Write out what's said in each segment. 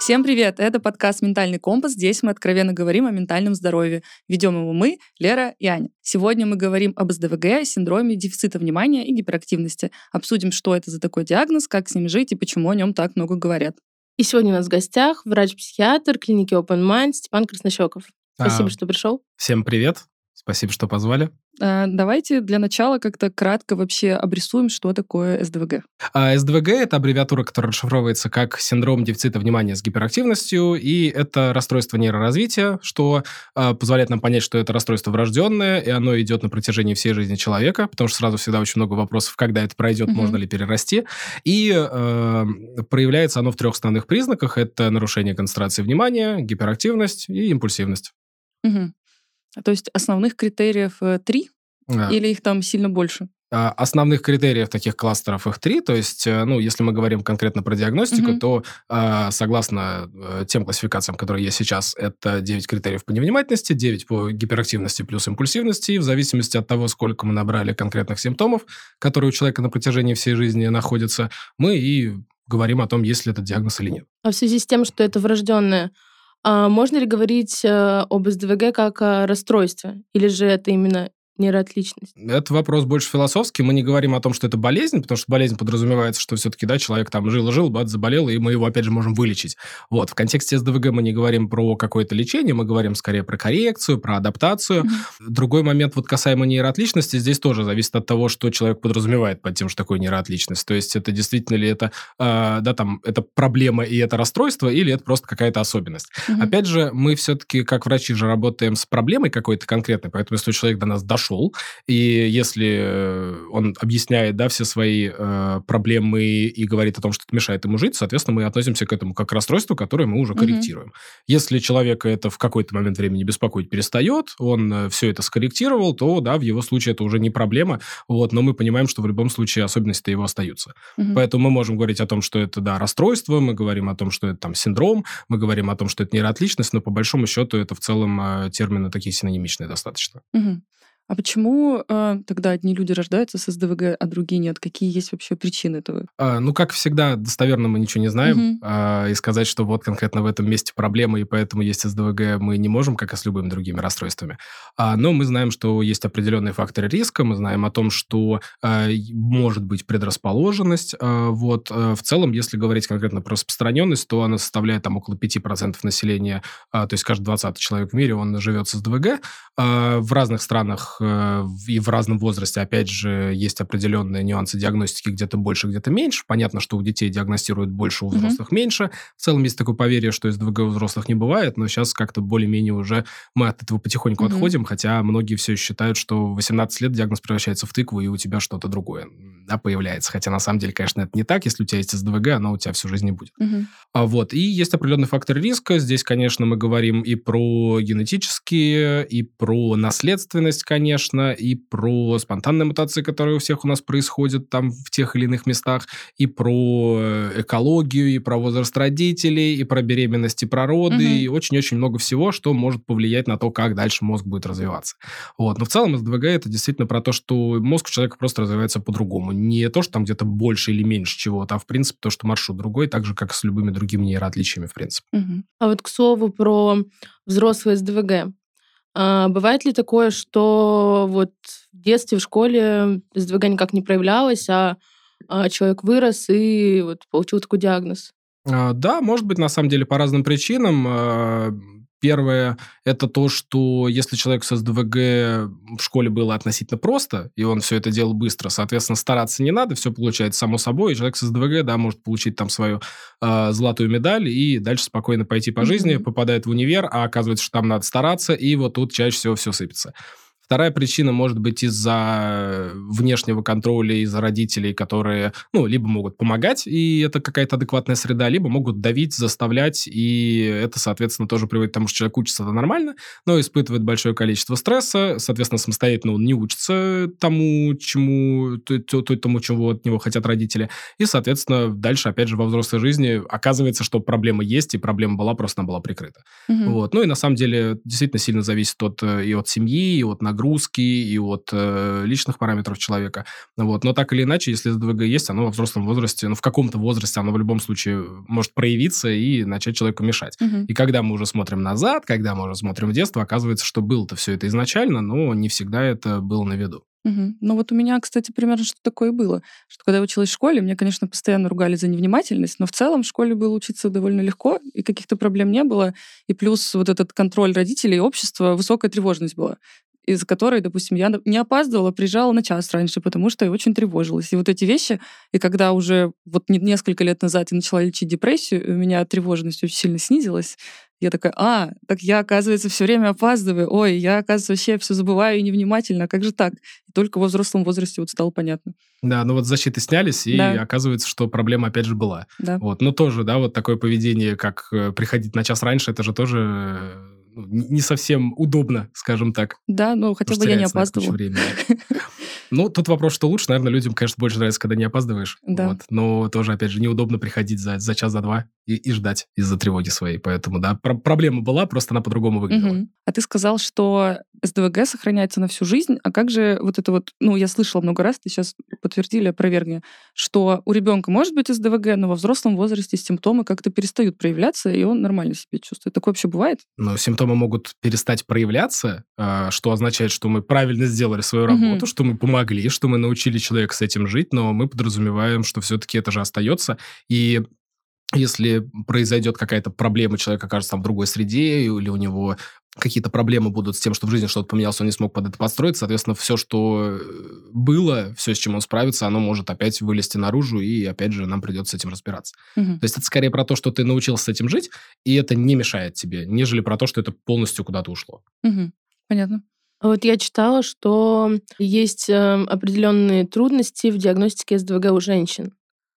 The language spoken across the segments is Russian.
Всем привет! Это подкаст «Ментальный компас». Здесь мы откровенно говорим о ментальном здоровье. Ведем его мы, Лера и Аня. Сегодня мы говорим об СДВГ, синдроме дефицита внимания и гиперактивности. Обсудим, что это за такой диагноз, как с ним жить и почему о нем так много говорят. И сегодня у нас в гостях врач-психиатр клиники Open Mind Степан Краснощеков. Спасибо, что пришел. Всем привет. Спасибо, что позвали. Давайте для начала как-то кратко вообще обрисуем, что такое СДВГ. СДВГ — это аббревиатура, которая расшифровывается как синдром дефицита внимания с гиперактивностью, и это расстройство нейроразвития, что позволяет нам понять, что это расстройство врожденное, и оно идет на протяжении всей жизни человека, потому что сразу всегда очень много вопросов, когда это пройдет, можно ли перерасти. И проявляется оно в 3 основных признаках. Это нарушение концентрации внимания, гиперактивность и импульсивность. То есть основных критериев 3? Или их там сильно больше? Основных критериев таких кластеров их 3. То есть, если мы говорим конкретно про диагностику, то согласно тем классификациям, которые есть сейчас, это 9 критериев по невнимательности, 9 по гиперактивности плюс импульсивности. И в зависимости от того, сколько мы набрали конкретных симптомов, которые у человека на протяжении всей жизни находятся, мы и говорим о том, есть ли этот диагноз или нет. А в связи с тем, что это врожденное, можно ли говорить об СДВГ как о расстройстве? Или же это именно нейроотличность? Это вопрос больше философский. Мы не говорим о том, что это болезнь, потому что болезнь подразумевается, что все-таки, человек там жил, бац, заболел, и мы его, опять же, можем вылечить. В контексте СДВГ мы не говорим про какое-то лечение, мы говорим скорее про коррекцию, про адаптацию. Другой момент, касаемо нейроотличности, здесь тоже зависит от того, что человек подразумевает под тем, что такое нейроотличность. То есть это действительно ли это, это проблема и это расстройство, или это просто какая-то особенность. Опять же, мы все-таки, как врачи же, работаем с проблемой какой-то конкретной, поэтому если человек до нас дошел, и если он объясняет, все свои проблемы и говорит о том, что это мешает ему жить, соответственно, мы относимся к этому как к расстройству, которое мы уже корректируем. Если человека это в какой-то момент времени беспокоить перестает, он все это скорректировал, то, в его случае это уже не проблема, но мы понимаем, что в любом случае особенности его остаются. Поэтому мы можем говорить о том, что это, расстройство, мы говорим о том, что это седром, мы говорим о том, что это нейроотличность, но по большому счету это в целом термины такие синонимичные достаточно. А почему тогда одни люди рождаются с СДВГ, а другие нет? Какие есть вообще причины этого? Как всегда, достоверно мы ничего не знаем. И сказать, что конкретно в этом месте проблема, и поэтому есть СДВГ, мы не можем, как и с любыми другими расстройствами. Но мы знаем, что есть определенные факторы риска, мы знаем о том, что может быть предрасположенность. В целом, если говорить конкретно про распространенность, то она составляет около 5% населения, то есть каждый 20-й человек в мире, он живет с СДВГ. В разных странах и в разном возрасте, опять же, есть определенные нюансы диагностики, где-то больше, где-то меньше. Понятно, что у детей диагностируют больше, у взрослых меньше. В целом есть такое поверье, что СДВГ у взрослых не бывает, но сейчас как-то более-менее уже мы от этого потихоньку отходим, хотя многие все еще считают, что в 18 лет диагноз превращается в тыкву, и у тебя что-то другое появляется. Хотя на самом деле, конечно, это не так. Если у тебя есть СДВГ, оно у тебя всю жизнь не будет. И есть определенный фактор риска. Здесь, конечно, мы говорим и про генетические, и про наследственность, конечно, и про спонтанные мутации, которые у всех у нас происходят там в тех или иных местах, и про экологию, и про возраст родителей, и про беременность, и про роды, и очень-очень много всего, что может повлиять на то, как дальше мозг будет развиваться. Но в целом СДВГ это действительно про то, что мозг у человека просто развивается по-другому. Не то, что там где-то больше или меньше чего-то, а в принципе то, что маршрут другой, так же, как и с любыми другими нейроотличиями, в принципе. А к слову про взрослые СДВГ. Бывает ли такое, что в детстве, в школе СДВГ никак не проявлялось, а человек вырос и получил такой диагноз? Да, может быть, на самом деле, по разным причинам. Первое – это то, что если человек с СДВГ в школе было относительно просто, и он все это делал быстро, соответственно, стараться не надо, все получается само собой, и человек с СДВГ, может получить там свою золотую медаль и дальше спокойно пойти по жизни, попадает в универ, а оказывается, что там надо стараться, и тут чаще всего все сыпется. Вторая причина может быть из-за внешнего контроля, из-за родителей, которые, либо могут помогать, и это какая-то адекватная среда, либо могут давить, заставлять, и это, соответственно, тоже приводит к тому, что человек учится это нормально, но испытывает большое количество стресса, соответственно, самостоятельно он не учится тому, чего от него хотят родители, и, соответственно, дальше, опять же, во взрослой жизни оказывается, что проблема есть, и проблема была, просто она была прикрыта. И на самом деле действительно сильно зависит и от семьи, и от нагрузки, нагрузки, и от личных параметров человека. Вот. Но так или иначе, если СДВГ есть, оно во взрослом возрасте, в каком-то возрасте оно в любом случае может проявиться и начать человеку мешать. И когда мы уже смотрим назад, когда мы уже смотрим в детство, оказывается, что было-то все это изначально, но не всегда это было на виду. Ну вот у меня, кстати, примерно что такое и было. Что когда я училась в школе, мне, конечно, постоянно ругали за невнимательность, но в целом в школе было учиться довольно легко, и каких-то проблем не было. И плюс вот этот контроль родителей и общества, высокая тревожность была, из-за которой, допустим, я не опаздывала, приезжала на час раньше, потому что я очень тревожилась. И вот эти вещи, и когда уже вот несколько лет назад я начала лечить депрессию, у меня тревожность очень сильно снизилась, я такая, так я, оказывается, все время опаздываю. Ой, я, оказывается, вообще все забываю и невнимательно. А как же так? И только во взрослом возрасте вот стало понятно. Да, вот защиты снялись, и оказывается, что проблема опять же была. Да. Вот. Но тоже, вот такое поведение, как приходить на час раньше, это же тоже не совсем удобно, скажем так. Да, хотя бы я не опаздывала. Тут вопрос, что лучше. Наверное, людям, конечно, больше нравится, когда не опаздываешь. Да. Вот. Но тоже, опять же, неудобно приходить за час, за два и ждать из-за тревоги своей. Поэтому, проблема была, просто она по-другому выглядела. А ты сказал, что СДВГ сохраняется на всю жизнь. А как же вот это вот... я слышала много раз, ты сейчас подтвердили, опровергни, что у ребенка может быть СДВГ, но во взрослом возрасте симптомы как-то перестают проявляться, и он нормально себя чувствует. Такое вообще бывает? Симптомы могут перестать проявляться, что означает, что мы правильно сделали свою работу, что мы помогли, что мы научили человека с этим жить, но мы подразумеваем, что все-таки это же остается. И если произойдет какая-то проблема, человек окажется там в другой среде, или у него какие-то проблемы будут с тем, что в жизни что-то поменялось, он не смог под это подстроиться, соответственно, все, что было, все, с чем он справится, оно может опять вылезти наружу, и опять же нам придется с этим разбираться. То есть это скорее про то, что ты научился с этим жить, и это не мешает тебе, нежели про то, что это полностью куда-то ушло. Понятно. Вот я читала, что есть определенные трудности в диагностике СДВГ у женщин.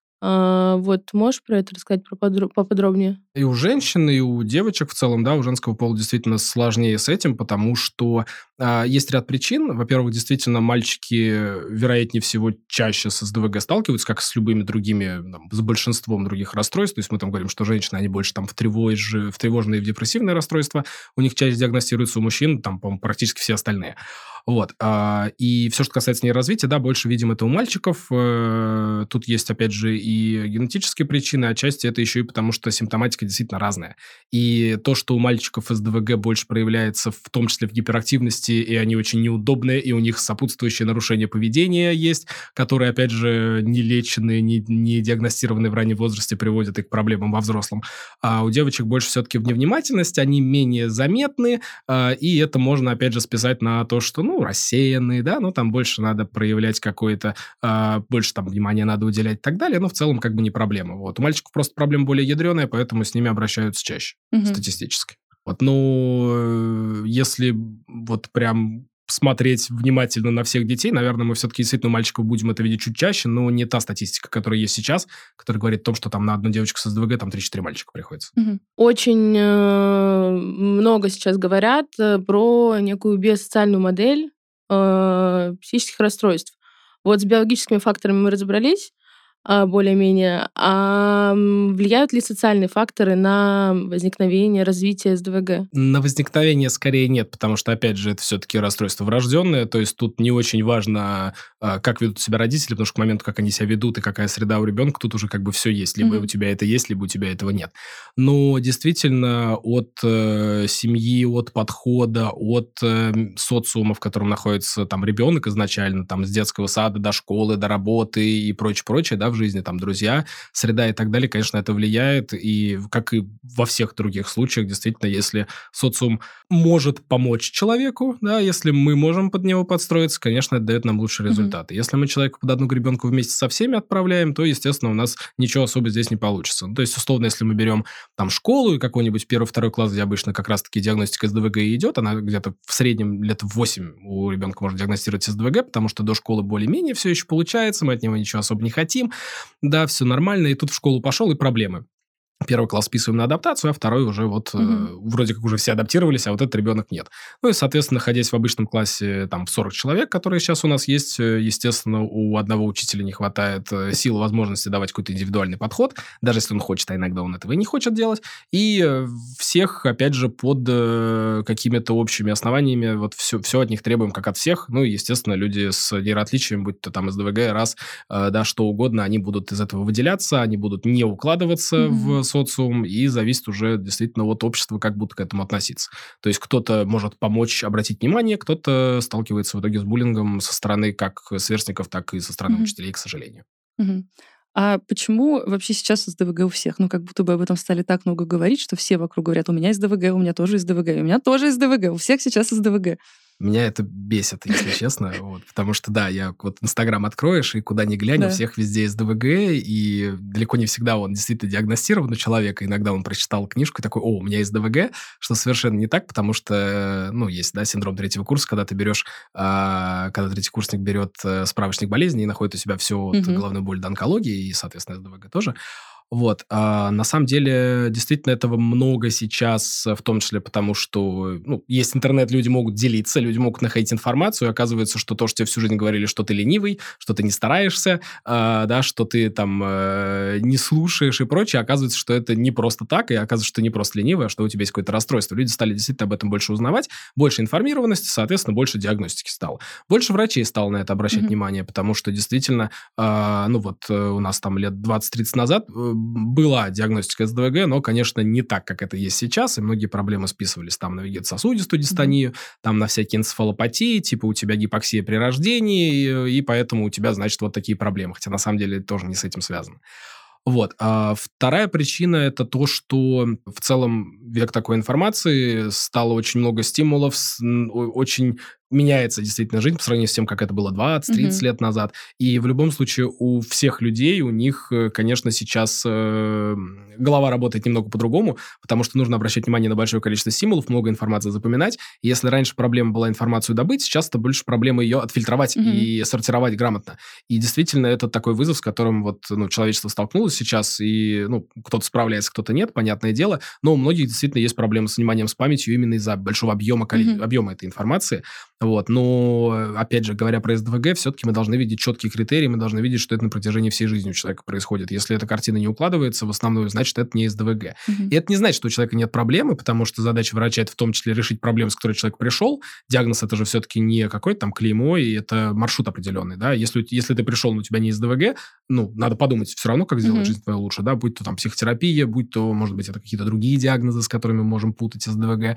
Вот можешь про это рассказать поподробнее? И у женщин, и у девочек в целом, у женского пола действительно сложнее с этим, потому что есть ряд причин. Во-первых, действительно, мальчики, вероятнее всего, чаще с СДВГ сталкиваются, как с любыми другими, с большинством других расстройств. То есть мы там говорим, что женщины, они больше там в тревожные и в депрессивные расстройства, у них чаще диагностируются, у мужчин, там, по-моему, практически все остальные. Вот. И все, что касается нейроразвития, больше видим это у мальчиков. Тут есть, опять же, и генетические причины, отчасти это еще и потому, что симптоматика действительно разная. И то, что у мальчиков СДВГ больше проявляется, в том числе в гиперактивности, и они очень неудобные, и у них сопутствующие нарушения поведения есть, которые, опять же, не леченные, не диагностированные в раннем возрасте, приводят и к проблемам во взрослом. А у девочек больше все-таки в невнимательность, они менее заметны, и это можно, опять же, списать на то, что, рассеянные, там больше надо проявлять какое-то, больше там внимания надо уделять и так далее, но в целом как бы не проблема. Вот. У мальчиков просто проблема более ядреная, поэтому с ними обращаются чаще, статистически. Вот. Если вот прям смотреть внимательно на всех детей, наверное, мы все-таки действительно у мальчиков будем это видеть чуть чаще, но не та статистика, которая есть сейчас, которая говорит о том, что там на одну девочку с СДВГ там 3-4 мальчика приходится. Очень много сейчас говорят про некую биосоциальную модель психических расстройств. Вот с биологическими факторами мы разобрались более-менее. А влияют ли социальные факторы на возникновение, развитие СДВГ? На возникновение скорее нет, потому что, опять же, это все-таки расстройство врожденное, то есть тут не очень важно, как ведут себя родители, потому что к моменту, как они себя ведут и какая среда у ребенка, тут уже как бы все есть. Либо у тебя это есть, либо у тебя этого нет. Но действительно от семьи, от подхода, от социума, в котором находится там ребенок изначально, там с детского сада до школы, до работы и прочее, в жизни, там, друзья, среда и так далее, конечно, это влияет, и как и во всех других случаях, действительно, если социум может помочь человеку, если мы можем под него подстроиться, конечно, это дает нам лучшие результаты. Если мы человека под одну гребенку вместе со всеми отправляем, то, естественно, у нас ничего особо здесь не получится. То есть, условно, если мы берем там школу и какой-нибудь 1-2 класс, где обычно как раз-таки диагностика СДВГ идет, она где-то в среднем лет 8 у ребенка может диагностировать СДВГ, потому что до школы более-менее все еще получается, мы от него ничего особо не хотим, все нормально, и тут в школу пошел, и проблемы. Первый класс списываем на адаптацию, а второй уже вроде как уже все адаптировались, а вот этот ребенок нет. Ну и, соответственно, находясь в обычном классе там 40 человек, которые сейчас у нас есть, естественно, у одного учителя не хватает сил, возможности давать какой-то индивидуальный подход, даже если он хочет, а иногда он этого и не хочет делать. И всех, опять же, под какими-то общими основаниями, вот все от них требуем, как от всех. Ну и, естественно, люди с нейроотличиями, будь то там СДВГ, да, что угодно, они будут из этого выделяться, они будут не укладываться в социум, и зависит уже действительно от общества, как будут к этому относиться. То есть кто-то может помочь обратить внимание, кто-то сталкивается в итоге с буллингом со стороны как сверстников, так и со стороны учителей, к сожалению. А почему вообще сейчас СДВГ у всех? Ну, как будто бы об этом стали так много говорить, что все вокруг говорят, у меня СДВГ, у меня тоже СДВГ, у меня тоже СДВГ, у всех сейчас СДВГ. Меня это бесит, если честно, потому что, да, я вот Инстаграм откроешь, и куда ни глянь, у всех везде СДВГ, и далеко не всегда он действительно диагностирован у человека. Иногда он прочитал книжку и такой, у меня СДВГ, что совершенно не так, потому что, есть, да, синдром третьего курса, когда ты берешь, когда третий курсник берет справочник болезни и находит у себя все от головной боли до онкологии, и, соответственно, СДВГ тоже. На самом деле, действительно, этого много сейчас, в том числе потому, что, есть интернет, люди могут делиться, люди могут находить информацию, и оказывается, что то, что тебе всю жизнь говорили, что ты ленивый, что ты не стараешься, да, что ты там не слушаешь и прочее, оказывается, что это не просто так, и оказывается, что ты не просто ленивый, а что у тебя есть какое-то расстройство. Люди стали действительно об этом больше узнавать, больше информированности, соответственно, больше диагностики стало. Больше врачей стало на это обращать внимание, потому что действительно, у нас там лет 20-30 назад была диагностика СДВГ, но, конечно, не так, как это есть сейчас, и многие проблемы списывались там на вегетососудистую дистонию, там на всякие энцефалопатии, типа у тебя гипоксия при рождении, и поэтому у тебя, значит, вот такие проблемы, хотя на самом деле это тоже не с этим связано. А вторая причина – это то, что в целом век такой информации, стало очень много стимулов, очень меняется действительно жизнь по сравнению с тем, как это было 20-30 лет назад. И в любом случае у всех людей, у них, конечно, сейчас голова работает немного по-другому, потому что нужно обращать внимание на большое количество стимулов, много информации запоминать. И если раньше проблема была информацию добыть, сейчас это больше проблема ее отфильтровать и сортировать грамотно. И действительно это такой вызов, с которым человечество столкнулось сейчас, и кто-то справляется, кто-то нет, понятное дело, но у многих действительно есть проблемы с вниманием, с памятью именно из-за большого объема этой информации. Но, опять же, говоря про СДВГ, все-таки мы должны видеть четкие критерии, мы должны видеть, что это на протяжении всей жизни у человека происходит. Если эта картина не укладывается, в основном, значит, это не СДВГ. И это не значит, что у человека нет проблемы, потому что задача врача – это в том числе решить проблемы, с которой человек пришел. Диагноз – это же все-таки не какое-то там клеймо, и это маршрут определенный, да. Если ты пришел, но у тебя не СДВГ, надо подумать все равно, как сделать жизнь твою лучше, да, будь то там психотерапия, будь то, может быть, это какие-то другие диагнозы, с которыми мы можем путать СДВГ.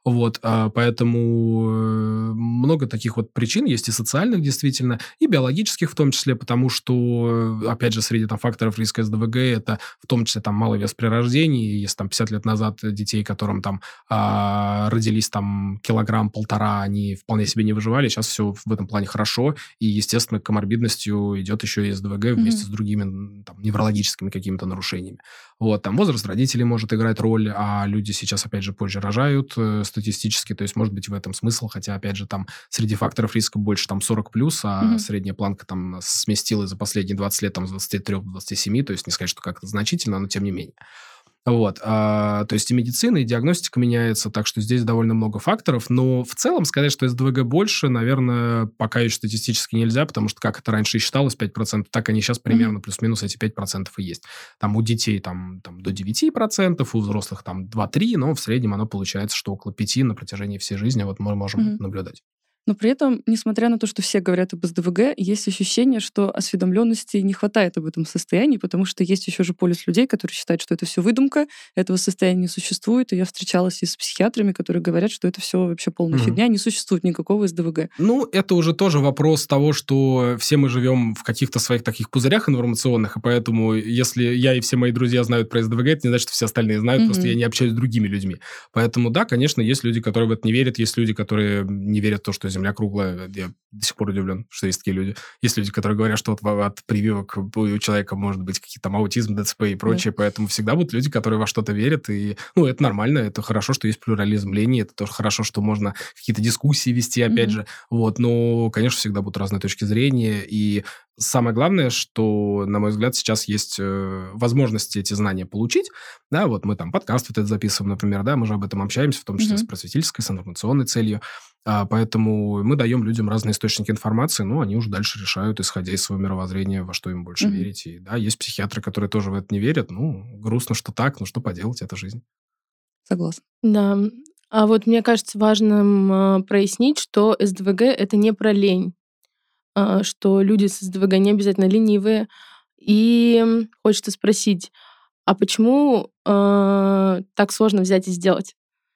Поэтому много таких причин есть и социальных, действительно, и биологических в том числе, потому что, опять же, среди факторов риска СДВГ это в том числе малый вес при рождении. Если 50 лет назад детей, которым родились килограмм-полтора, они вполне себе не выживали, сейчас все в этом плане хорошо, и, естественно, к коморбидностью идет еще и СДВГ вместе с другими неврологическими какими-то нарушениями. Возраст родителей может играть роль, а люди сейчас, опять же, позже рожают статистически, то есть, может быть, в этом смысл, хотя, опять же, среди факторов риска больше 40+, а средняя планка сместилась за последние 20 лет с 23 до 27, то есть не сказать, что как-то значительно, но тем не менее. То есть и медицина, и диагностика меняется, так что здесь довольно много факторов, но в целом сказать, что СДВГ больше, наверное, пока еще статистически нельзя, потому что как это раньше и считалось 5%, так они сейчас примерно плюс-минус эти 5% и есть. У детей до 9%, у взрослых 2-3%, но в среднем оно получается, что около 5% на протяжении всей жизни мы можем наблюдать. Но при этом, несмотря на то, что все говорят об СДВГ, есть ощущение, что осведомленности не хватает об этом состоянии, потому что есть еще же полюс людей, которые считают, что это все выдумка, этого состояния не существует. И я встречалась и с психиатрами, которые говорят, что это все вообще полная фигня, не существует никакого СДВГ. Это уже тоже вопрос того, что все мы живем в каких-то своих таких пузырях информационных, и поэтому, если я и все мои друзья знают про СДВГ, это не значит, что все остальные знают, просто я не общаюсь с другими людьми. Поэтому, да, конечно, есть люди, которые в это не верят, есть люди, которые не верят в то, что Земля круглая. Я до сих пор удивлен, что есть такие люди. Есть люди, которые говорят, что от прививок у человека может быть какие-то аутизм, ДЦП и прочее, поэтому всегда будут люди, которые во что-то верят, и, это нормально, это хорошо, что есть плюрализм мнений, это тоже хорошо, что можно какие-то дискуссии вести, опять же, но, конечно, всегда будут разные точки зрения, и самое главное, что, на мой взгляд, сейчас есть возможности эти знания получить. Да, вот мы там подкаст вот этот записываем, например, да, мы же об этом общаемся, в том числе с просветительской, с информационной целью. Поэтому мы даем людям разные источники информации, но они уже дальше решают, исходя из своего мировоззрения, во что им больше верить. И да, есть психиатры, которые тоже в это не верят. Ну, грустно, что так, но что поделать, это жизнь. Согласна. Да. А вот мне кажется важным прояснить, что СДВГ — это не про лень, что люди с СДВГ не обязательно ленивые. И хочется спросить, а почему так сложно взять и сделать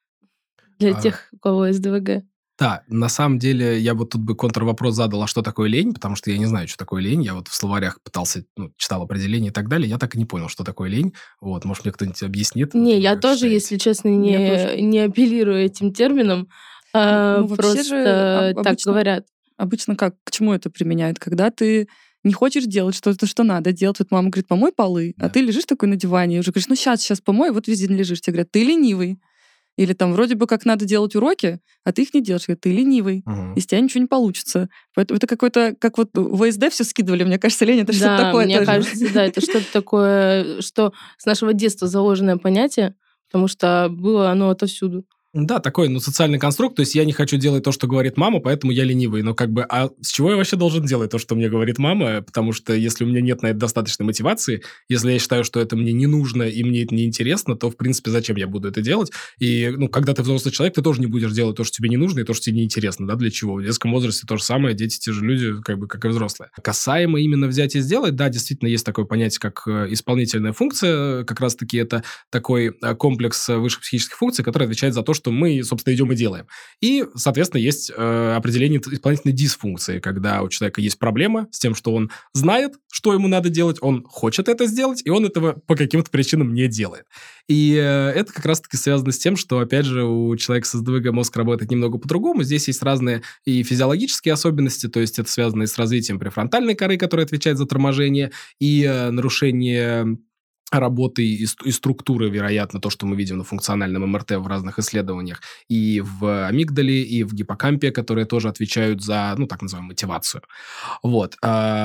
для тех, у кого СДВГ? Да, на самом деле, я вот тут бы контрвопрос задал, а что такое лень, потому что я не знаю, что такое лень. Я вот в словарях пытался, читал определение и так далее, я так и не понял, что такое лень. Вот, может, мне кто-нибудь объяснит? Не, вот, я как тоже, считаете? если честно, не апеллирую этим термином. вообще Просто же так говорят. Обычно как? К чему это применяют? Когда ты не хочешь делать что-то, что надо делать. Вот мама говорит, помой полы, а ты лежишь такой на диване и уже говоришь, сейчас помой, вот весь день лежишь. Тебе говорят, ты ленивый. Или там вроде бы как надо делать уроки, а ты их не делаешь. Говорят, ты ленивый. Из тебя ничего не получится. Поэтому это какой-то, как вот в ВСД все скидывали. Мне кажется, лень — это что-то такое мне тоже. кажется, да, это что-то такое, что с нашего детства заложенное понятие, потому что было оно отовсюду. Да, такой, социальный конструкт. То есть я не хочу делать то, что говорит мама, поэтому я ленивый. Но а с чего я вообще должен делать то, что мне говорит мама? Потому что если у меня нет на это достаточной мотивации, если я считаю, что это мне не нужно и мне это не интересно, то, в принципе, зачем я буду это делать? И, когда ты взрослый человек, ты тоже не будешь делать то, что тебе не нужно, и то, что тебе не интересно. Да, для чего? В детском возрасте то же самое, дети те же люди, как и взрослые. Касаемо именно взять и сделать, да, действительно, есть такое понятие, как исполнительная функция. Как раз-таки это такой комплекс высших психических функций, который отвечает за то, что мы, собственно, идем и делаем. И, соответственно, есть определение исполнительной дисфункции, когда у человека есть проблема с тем, что он знает, что ему надо делать, он хочет это сделать, и он этого по каким-то причинам не делает. И это как раз-таки связано с тем, что, опять же, у человека с СДВГ мозг работает немного по-другому. Здесь есть разные и физиологические особенности, то есть это связано и с развитием префронтальной коры, которая отвечает за торможение, и нарушение работы и структуры, вероятно, то, что мы видим на функциональном МРТ в разных исследованиях, и в амигдале, и в гиппокампе, которые тоже отвечают за, так называемую, мотивацию. Вот.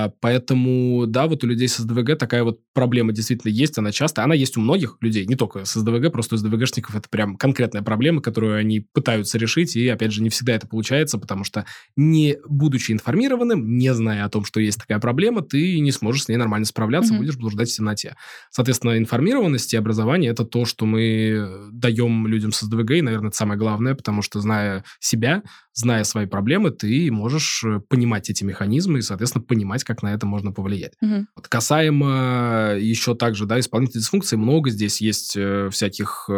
Поэтому, да, вот у людей с СДВГ такая вот проблема действительно есть, она часто, она есть у многих людей, не только с СДВГ, просто у СДВГшников это прям конкретная проблема, которую они пытаются решить, и, опять же, не всегда это получается, потому что, не будучи информированным, не зная о том, что есть такая проблема, ты не сможешь с ней нормально справляться, будешь блуждать в темноте. Соответственно, информированность и образование — это то, что мы даем людям с СДВГ, и, наверное, это самое главное, потому что, зная себя, зная свои проблемы, ты можешь понимать эти механизмы и, соответственно, понимать, как на это можно повлиять. Вот касаемо еще также, да, исполнительной дисфункции, много здесь есть всяких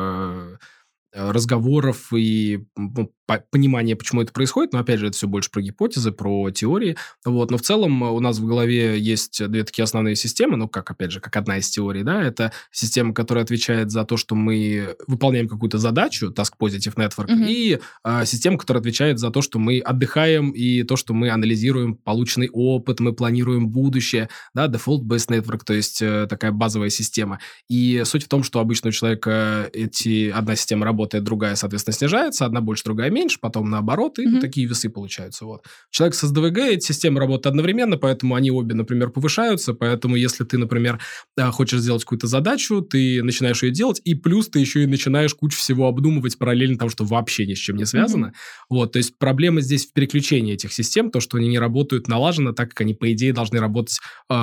разговоров и понимания, почему это происходит, но, опять же, это все больше про гипотезы, про теории, вот, но в целом у нас в голове есть две такие основные системы, как одна из теорий, да, это система, которая отвечает за то, что мы выполняем какую-то задачу, Task Positive Network, и система, которая отвечает за то, что мы отдыхаем, и то, что мы анализируем полученный опыт, мы планируем будущее, да, Default-Based Network, то есть такая базовая система. И суть в том, что обычно у человека одна система работает, другая, соответственно, снижается, одна больше, другая меньше, потом наоборот, и такие весы получаются. Вот. Человек с СДВГ, эти системы работают одновременно, поэтому они обе, например, повышаются, поэтому если ты, например, хочешь сделать какую-то задачу, ты начинаешь ее делать, и плюс ты еще и начинаешь кучу всего обдумывать параллельно тому, что вообще ни с чем не связано. Вот, то есть проблема здесь в переключении этих систем, то, что они не работают налаженно, так как они, по идее, должны работать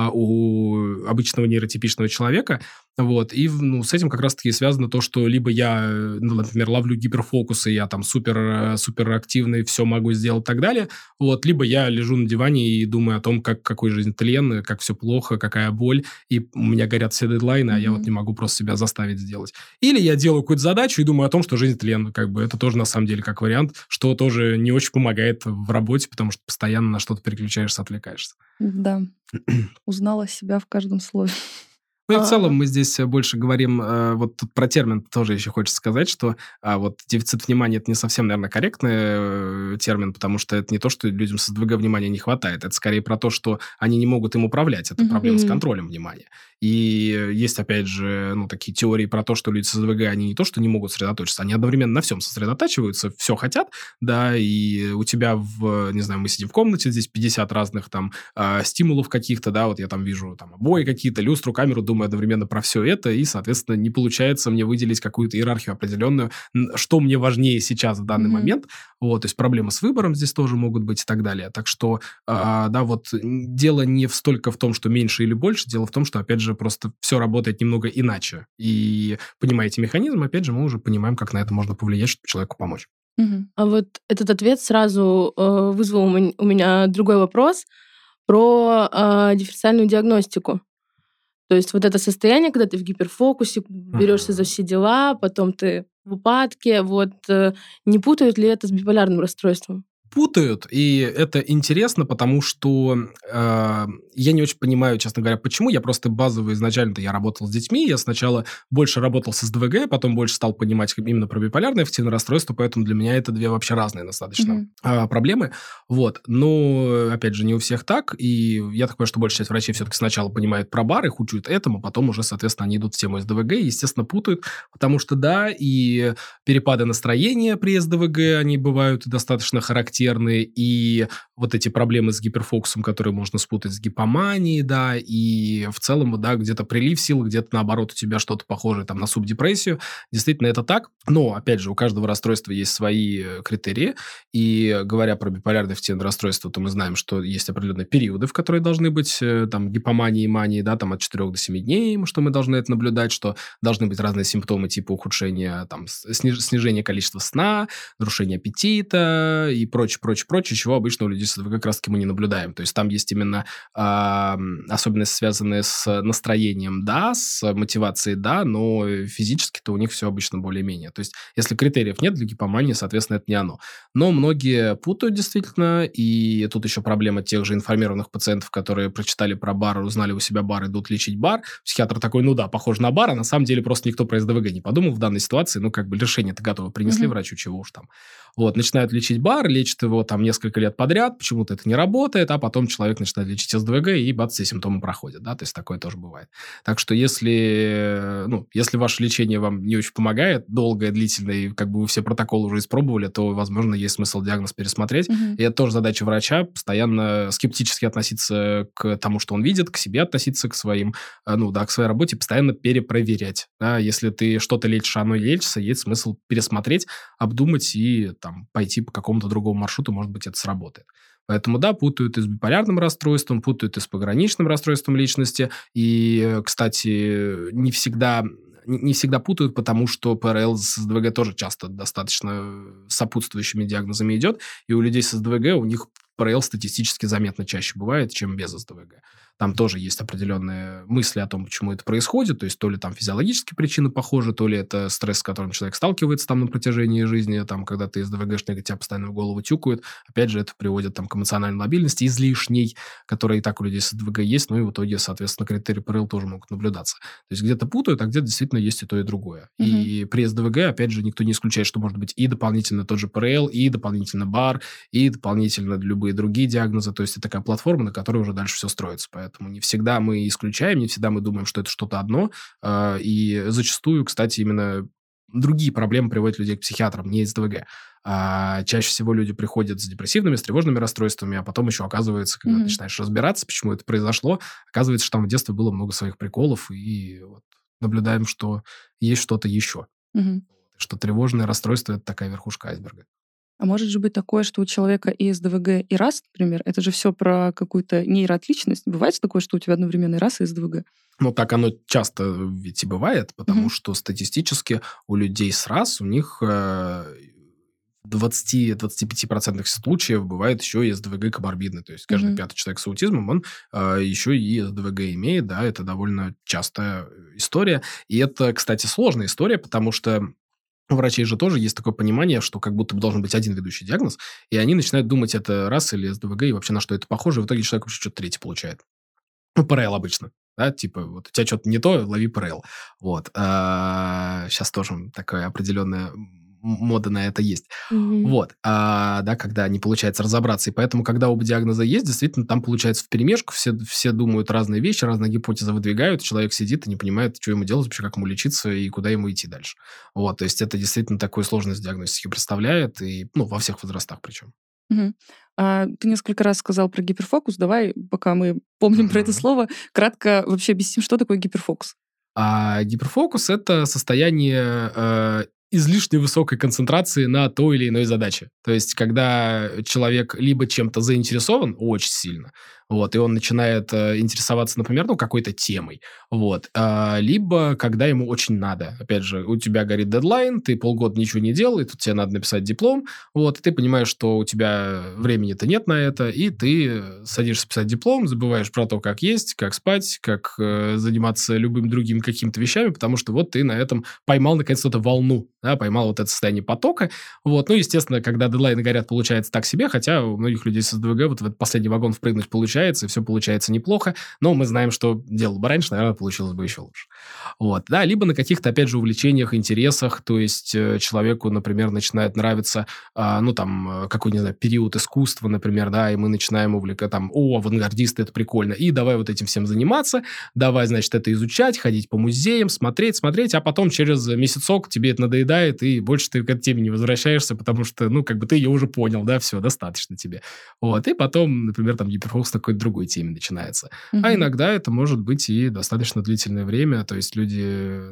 у обычного нейротипичного человека. Вот, и с этим как раз-таки связано то, что либо я, например, ловлю гиперфокус, и я там супер активный, все могу сделать и так далее, вот, либо я лежу на диване и думаю о том, какой жизнь тлен, как все плохо, какая боль, и у меня горят все дедлайны, а я вот не могу просто себя заставить сделать. Или я делаю какую-то задачу и думаю о том, что жизнь тлен, это тоже на самом деле как вариант, что тоже не очень помогает в работе, потому что постоянно на что-то переключаешься, отвлекаешься. Да, узнала себя в каждом слове. Ну и в целом мы здесь больше говорим, вот тут про термин тоже еще хочется сказать, что вот дефицит внимания — это не совсем, наверное, корректный термин, потому что это не то, что людям с СДВГ внимания не хватает, это скорее про то, что они не могут им управлять, это проблема с контролем внимания. И есть, опять же, такие теории про то, что люди с СДВГ, они не то, что не могут сосредоточиться, они одновременно на всем сосредотачиваются, все хотят, да, и у тебя не знаю, мы сидим в комнате, здесь 50 разных там стимулов каких-то, да, вот я там вижу там обои какие-то, люстру, камеру, думаю одновременно про все это, и, соответственно, не получается мне выделить какую-то иерархию определенную, что мне важнее сейчас в данный момент, вот, то есть проблемы с выбором здесь тоже могут быть и так далее. Так что, да, вот дело не столько в том, что меньше или больше, дело в том, что, опять же, просто все работает немного иначе. И понимая эти механизмы, опять же, мы уже понимаем, как на это можно повлиять, чтобы человеку помочь. А вот этот ответ сразу вызвал у меня другой вопрос про дифференциальную диагностику. То есть вот это состояние, когда ты в гиперфокусе, берешься за все дела, потом ты в упадке, вот не путают ли это с биполярным расстройством? Путают, и это интересно, потому что я не очень понимаю, честно говоря, почему. Я просто базово изначально-то я работал с детьми, я сначала больше работал с СДВГ, потом больше стал понимать именно про биполярное аффективное расстройство, поэтому для меня это две вообще разные достаточно проблемы. Вот. Но, опять же, не у всех так, и я так понимаю, что большая часть врачей все-таки сначала понимает про бар, их учат этому, потом уже, соответственно, они идут в тему СДВГ и, естественно, путают, потому что, да, и перепады настроения при СДВГ, они бывают достаточно характерны, и вот эти проблемы с гиперфокусом, которые можно спутать с гипоманией, да, и в целом, да, где-то прилив сил, где-то, наоборот, у тебя что-то похожее там на субдепрессию. Действительно, это так. Но, опять же, у каждого расстройства есть свои критерии, и говоря про биполярное аффективное расстройство, то мы знаем, что есть определенные периоды, в которые должны быть там гипомании и мании, да, там от 4 до 7 дней, что мы должны это наблюдать, что должны быть разные симптомы типа ухудшения, там, снижения количества сна, нарушения аппетита и прочее, чего обычно у людей с СДВГ как раз-таки мы не наблюдаем. То есть там есть именно особенности, связанные с настроением, да, с мотивацией, да, но физически-то у них все обычно более-менее. То есть если критериев нет для гипомании, соответственно, это не оно. Но многие путают действительно, и тут еще проблема тех же информированных пациентов, которые прочитали про бар, узнали у себя бар, идут лечить бар. Психиатр такой, ну да, похож на бар, а на самом деле просто никто про СДВГ не подумал в данной ситуации, решение-то готово принесли врачу, чего уж там. Вот, начинают лечить бар, лечат его там несколько лет подряд, почему-то это не работает, а потом человек начинает лечить СДВГ, и бац, все симптомы проходят, да, то есть такое тоже бывает. Так что если ваше лечение вам не очень помогает, долгое, длительное, и как бы вы все протоколы уже испробовали, то, возможно, есть смысл диагноз пересмотреть. И это тоже задача врача, постоянно скептически относиться к тому, что он видит, к себе относиться, к своим, к своей работе, постоянно перепроверять. Да? Если ты что-то лечишь, а оно не лечится, есть смысл пересмотреть, обдумать и там пойти по какому-то другому маршруту, может быть, это сработает. Поэтому, да, путают и с биполярным расстройством, путают и с пограничным расстройством личности. И, кстати, не всегда путают, потому что ПРЛ с СДВГ тоже часто достаточно сопутствующими диагнозами идет. И у людей с СДВГ у них ПРЛ статистически заметно чаще бывает, чем без СДВГ. Там тоже есть определенные мысли о том, почему это происходит, то есть то ли там физиологические причины похожи, то ли это стресс, с которым человек сталкивается там на протяжении жизни, там, когда ты СДВГшник, тебя постоянно в голову тюкают. Опять же, это приводит там к эмоциональной лобильности излишней, которая и так у людей с СДВГ есть, ну и в итоге, соответственно, критерии ПРЛ тоже могут наблюдаться. То есть где-то путают, а где-то действительно есть и то, и другое. И при СДВГ, опять же, никто не исключает, что может быть и дополнительно тот же ПРЛ, и дополнительно БАР, и дополнительно любые другие диагнозы. То есть это такая платформа, на которой уже дальше все строится. Поэтому не всегда мы исключаем, не всегда мы думаем, что это что-то одно. И зачастую, кстати, именно другие проблемы приводят людей к психиатрам, не СДВГ. Чаще всего люди приходят с депрессивными, с тревожными расстройствами, а потом еще оказывается, когда ты начинаешь разбираться, почему это произошло, оказывается, что там в детстве было много своих приколов, и вот наблюдаем, что есть что-то еще. Что тревожное расстройство — это такая верхушка айсберга. А может же быть такое, что у человека и СДВГ, и РАС, например, это же все про какую-то нейроотличность. Бывает такое, что у тебя одновременно и РАС, и СДВГ? Ну, так оно часто ведь и бывает, потому что статистически у людей с РАС, у них в 20-25% случаев бывает еще и СДВГ коморбидный. То есть каждый пятый человек с аутизмом, он еще и СДВГ имеет, да, это довольно частая история. И это, кстати, сложная история, потому что у врачей же тоже есть такое понимание, что как будто бы должен быть один ведущий диагноз, и они начинают думать, это РАС или СДВГ, и вообще на что это похоже, и в итоге человек вообще что-то третье получает. Ну, ПРЛ обычно. да, типа, вот у тебя что-то не то, лови ПРЛ. Вот. Сейчас тоже такая определенная мода на это есть. Вот. Да, когда не получается разобраться. И поэтому, когда оба диагноза есть, действительно, там получается вперемешку, все думают разные вещи, разные гипотезы выдвигают, человек сидит и не понимает, что ему делать, вообще, как ему лечиться и куда ему идти дальше. Вот. То есть это действительно такую сложность диагностики представляет, и, во всех возрастах причем. Ты несколько раз сказал про гиперфокус. Давай, пока мы помним про это слово, кратко вообще объясним, что такое гиперфокус. Гиперфокус – это состояние излишне высокой концентрации на той или иной задаче. То есть, когда человек либо чем-то заинтересован очень сильно, вот, и он начинает интересоваться, например, какой-то темой, вот, либо когда ему очень надо. Опять же, у тебя горит дедлайн, ты полгода ничего не делал, и тут тебе надо написать диплом, вот, и ты понимаешь, что у тебя времени-то нет на это, и ты садишься писать диплом, забываешь про то, как есть, как спать, как заниматься любым другим какими-то вещами, потому что вот ты на этом поймал, наконец-то, эту волну, да, поймал вот это состояние потока, вот, естественно, когда дедлайны горят, получается так себе, хотя у многих людей с СДВГ вот в этот последний вагон впрыгнуть получается, и все получается неплохо, но мы знаем, что делал бы раньше, наверное, получилось бы еще лучше. Вот, да, либо на каких-то, опять же, увлечениях, интересах, то есть человеку, например, начинает нравиться, какой, не знаю, период искусства, например, да, и мы начинаем увлекаться, авангардисты, это прикольно, и давай вот этим всем заниматься, давай, значит, это изучать, ходить по музеям, смотреть, а потом через месяцок тебе это надоедает, и больше ты к этой теме не возвращаешься, потому что, ты ее уже понял, да, все, достаточно тебе. Вот, и потом, например, гиперфокус на какой-то другой теме начинается. А иногда это может быть и достаточно длительное время, то есть люди,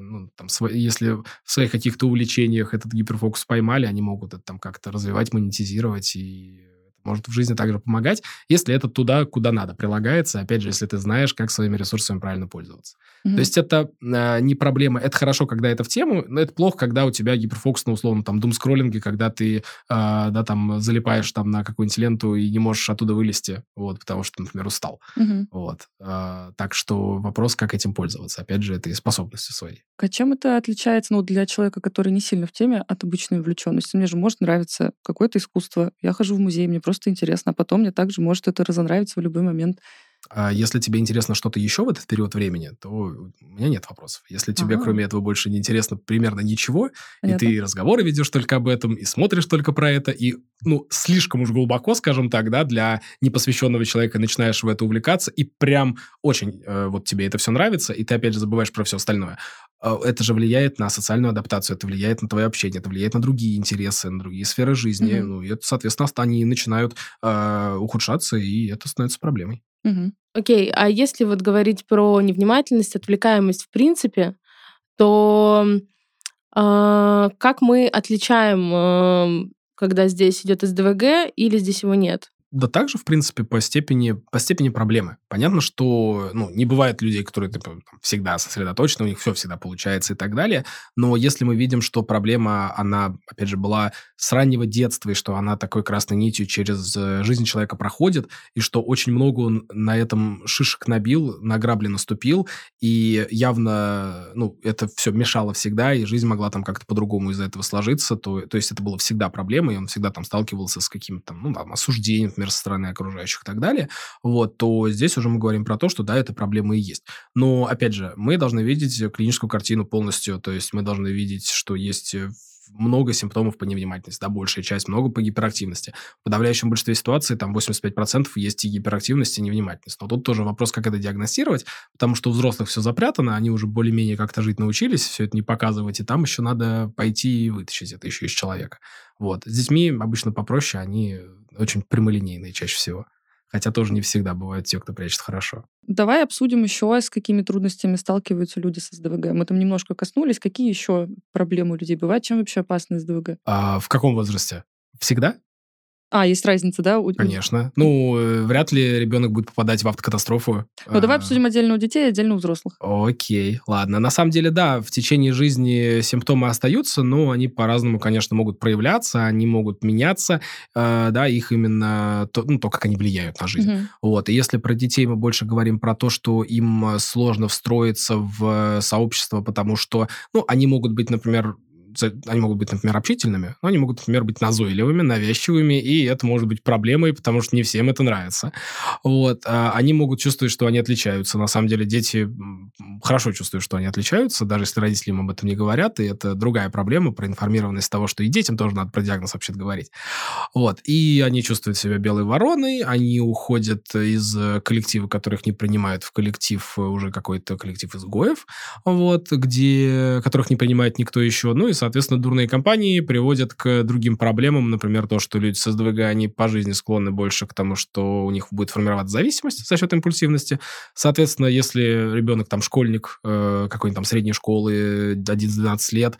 если в своих каких-то увлечениях этот гиперфокус поймали, они могут это как-то развивать, монетизировать, и может в жизни также помогать, если это туда, куда надо, прилагается, опять же, если ты знаешь, как своими ресурсами правильно пользоваться. То есть это не проблема. Это хорошо, когда это в тему, но это плохо, когда у тебя гиперфокус на условно думскроллинге, когда ты залипаешь на какую-нибудь ленту и не можешь оттуда вылезти, вот, потому что, например, устал. Вот. Так что вопрос, как этим пользоваться. Опять же, это и способности свои. А чем это отличается, для человека, который не сильно в теме, от обычной увлеченности? Мне же может нравиться какое-то искусство, я хожу в музей, мне просто интересно, а потом мне также может это разонравиться в любой момент. Если тебе интересно что-то еще в этот период времени, то у меня нет вопросов. Если тебе, кроме этого, больше не интересно примерно ничего, Понятно. И ты разговоры ведешь только об этом, и смотришь только про это, и, слишком уж глубоко, скажем так, да, для непосвященного человека начинаешь в это увлекаться, и прям очень тебе это все нравится, и ты, опять же, забываешь про все остальное. Это же влияет на социальную адаптацию, это влияет на твое общение, это влияет на другие интересы, на другие сферы жизни. И это, соответственно, они начинают ухудшаться, и это становится проблемой. Окей, а если говорить про невнимательность, отвлекаемость в принципе, то как мы отличаем, когда здесь идет СДВГ или здесь его нет? Да также, в принципе, по степени проблемы. Понятно, что не бывает людей, которые всегда сосредоточены, у них все всегда получается и так далее, но если мы видим, что проблема, она, опять же, была с раннего детства, и что она такой красной нитью через жизнь человека проходит, и что очень много он на этом шишек набил, на грабли наступил, и явно, это все мешало всегда, и жизнь могла как-то по-другому из-за этого сложиться, то есть это было всегда проблемой, и он всегда сталкивался с каким-то осуждением, например, со стороны окружающих и так далее, то здесь уже мы говорим про то, что да, эта проблема и есть. Но, опять же, мы должны видеть клиническую картину полностью, то есть мы должны видеть, что есть много симптомов по невнимательности, да, большая часть, много по гиперактивности. В подавляющем большинстве ситуаций, 85% есть и гиперактивность, и невнимательность. Но тут тоже вопрос, как это диагностировать, потому что у взрослых все запрятано, они уже более-менее как-то жить научились, все это не показывать, и там еще надо пойти и вытащить это еще из человека. Вот. С детьми обычно попроще, они очень прямолинейные чаще всего. Хотя тоже не всегда бывают те, кто прячет хорошо. Давай обсудим еще, с какими трудностями сталкиваются люди с СДВГ. Мы немножко коснулись. Какие еще проблемы у людей бывают? Чем вообще опасно СДВГ? В каком возрасте? Всегда? Есть разница, да? Конечно. Вряд ли ребенок будет попадать в автокатастрофу. Давай обсудим отдельно у детей, отдельно у взрослых. Окей, ладно. На самом деле, да, в течение жизни симптомы остаются, но они по-разному, конечно, могут проявляться, они могут меняться, да, их именно то, как они влияют на жизнь. Вот. И если про детей мы больше говорим про то, что им сложно встроиться в сообщество, потому что, они могут быть, например, они могут быть, например, общительными, но они могут, например, быть назойливыми, навязчивыми, и это может быть проблемой, потому что не всем это нравится. Вот. Они могут чувствовать, что они отличаются. На самом деле дети хорошо чувствуют, что они отличаются, даже если родители им об этом не говорят, и это другая проблема, проинформированность того, что и детям тоже надо про диагноз вообще говорить. Вот. И они чувствуют себя белой вороной, они уходят из коллектива, которых не принимают, в коллектив, уже какой-то коллектив изгоев, вот, которых не принимает никто еще. Ну и, соответственно, дурные компании приводят к другим проблемам. Например, то, что люди с СДВГ, они по жизни склонны больше к тому, что у них будет формироваться зависимость за счет импульсивности. Соответственно, если ребенок, там, школьник какой-нибудь там средней школы, 11-12 лет,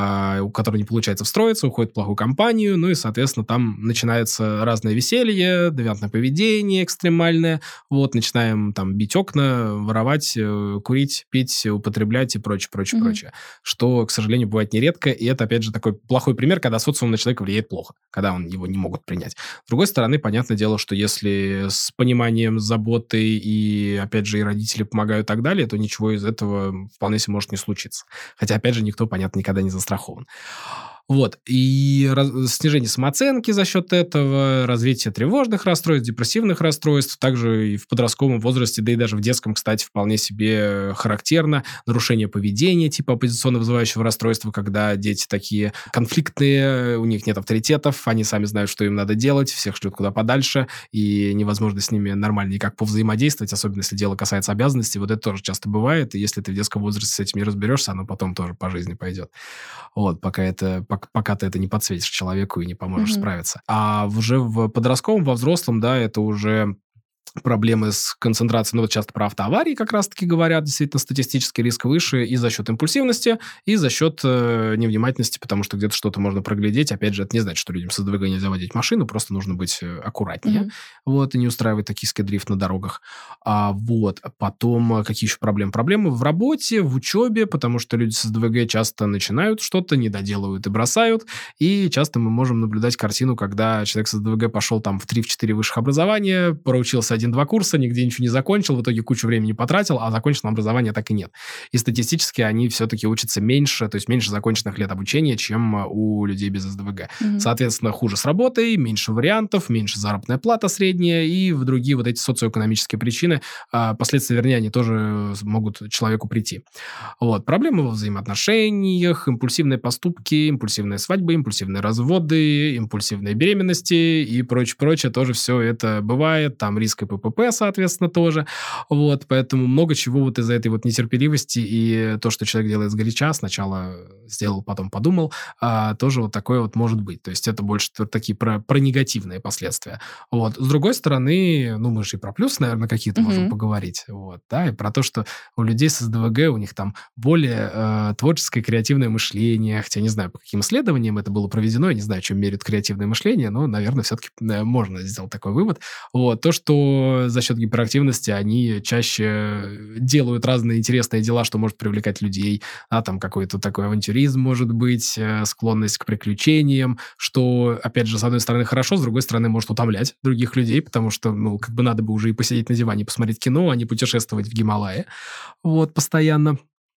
у которого не получается встроиться, уходит в плохую компанию, ну и, соответственно, там начинается разное веселье, девиантное поведение экстремальное, вот, начинаем там бить окна, воровать, курить, пить, употреблять и прочее, прочее, прочее. Что, к сожалению, бывает нередко, и это, опять же, такой плохой пример, когда социум на человека влияет плохо, когда он его не могут принять. С другой стороны, понятное дело, что если с пониманием, с заботой и, опять же, и родители помогают и так далее, то ничего из этого вполне себе может не случиться. Хотя, опять же, никто, понятно, никогда не застрахован. Вот. И снижение самооценки за счет этого, развитие тревожных расстройств, депрессивных расстройств, также и в подростковом возрасте, да и даже в детском, кстати, вполне себе характерно. Нарушение поведения типа оппозиционно-вызывающего расстройства, когда дети такие конфликтные, у них нет авторитетов, они сами знают, что им надо делать, всех шлют куда подальше, и невозможно с ними нормально никак повзаимодействовать, особенно если дело касается обязанностей. Вот это тоже часто бывает, и если ты в детском возрасте с этим не разберешься, оно потом тоже по жизни пойдет. Вот, пока ты это не подсветишь человеку и не поможешь справиться. А уже в подростковом, во взрослом, да, это уже проблемы с концентрацией, ну вот часто про автоаварии как раз-таки говорят, действительно статистический риск выше и за счет импульсивности, и за счет невнимательности, потому что где-то что-то можно проглядеть. Опять же, это не значит, что людям с СДВГ нельзя водить машину, просто нужно быть аккуратнее, вот, и не устраивать токийский дрифт на дорогах. Вот. Потом какие еще проблемы? Проблемы в работе, в учебе, потому что люди с СДВГ часто начинают что-то, не доделывают и бросают, и часто мы можем наблюдать картину, когда человек с СДВГ пошел там в 3-4 высших образования, проучился 1-2 курса, нигде ничего не закончил, в итоге кучу времени потратил, а законченного образования так и нет. И статистически они все-таки учатся меньше, то есть меньше законченных лет обучения, чем у людей без СДВГ. Соответственно, хуже с работой, меньше вариантов, меньше заработная плата средняя, и в другие вот эти социоэкономические причины, последствия, вернее, они тоже могут человеку прийти. Вот. Проблемы во взаимоотношениях, импульсивные поступки, импульсивные свадьбы, импульсивные разводы, импульсивные беременности и прочее, тоже все это бывает, там риск и ППП, соответственно, тоже. Вот, поэтому много чего вот из-за этой вот нетерпеливости и то, что человек делает сгоряча, сначала сделал, потом подумал, тоже вот такое вот может быть. То есть это больше такие про негативные последствия. Вот. С другой стороны, ну, мы же и про плюсы, наверное, какие-то можем поговорить. Вот, да, и про то, что у людей с СДВГ, у них там более творческое, креативное мышление, хотя не знаю, по каким исследованиям это было проведено, я не знаю, чем меряют креативное мышление, но, наверное, все-таки можно сделать такой вывод. Вот. То, что за счет гиперактивности они чаще делают разные интересные дела, что может привлекать людей, там какой-то такой авантюризм может быть, склонность к приключениям, что, опять же, с одной стороны хорошо, с другой стороны может утомлять других людей, потому что, ну, как бы надо бы уже и посидеть на диване, посмотреть кино, а не путешествовать в Гималайи, вот, постоянно.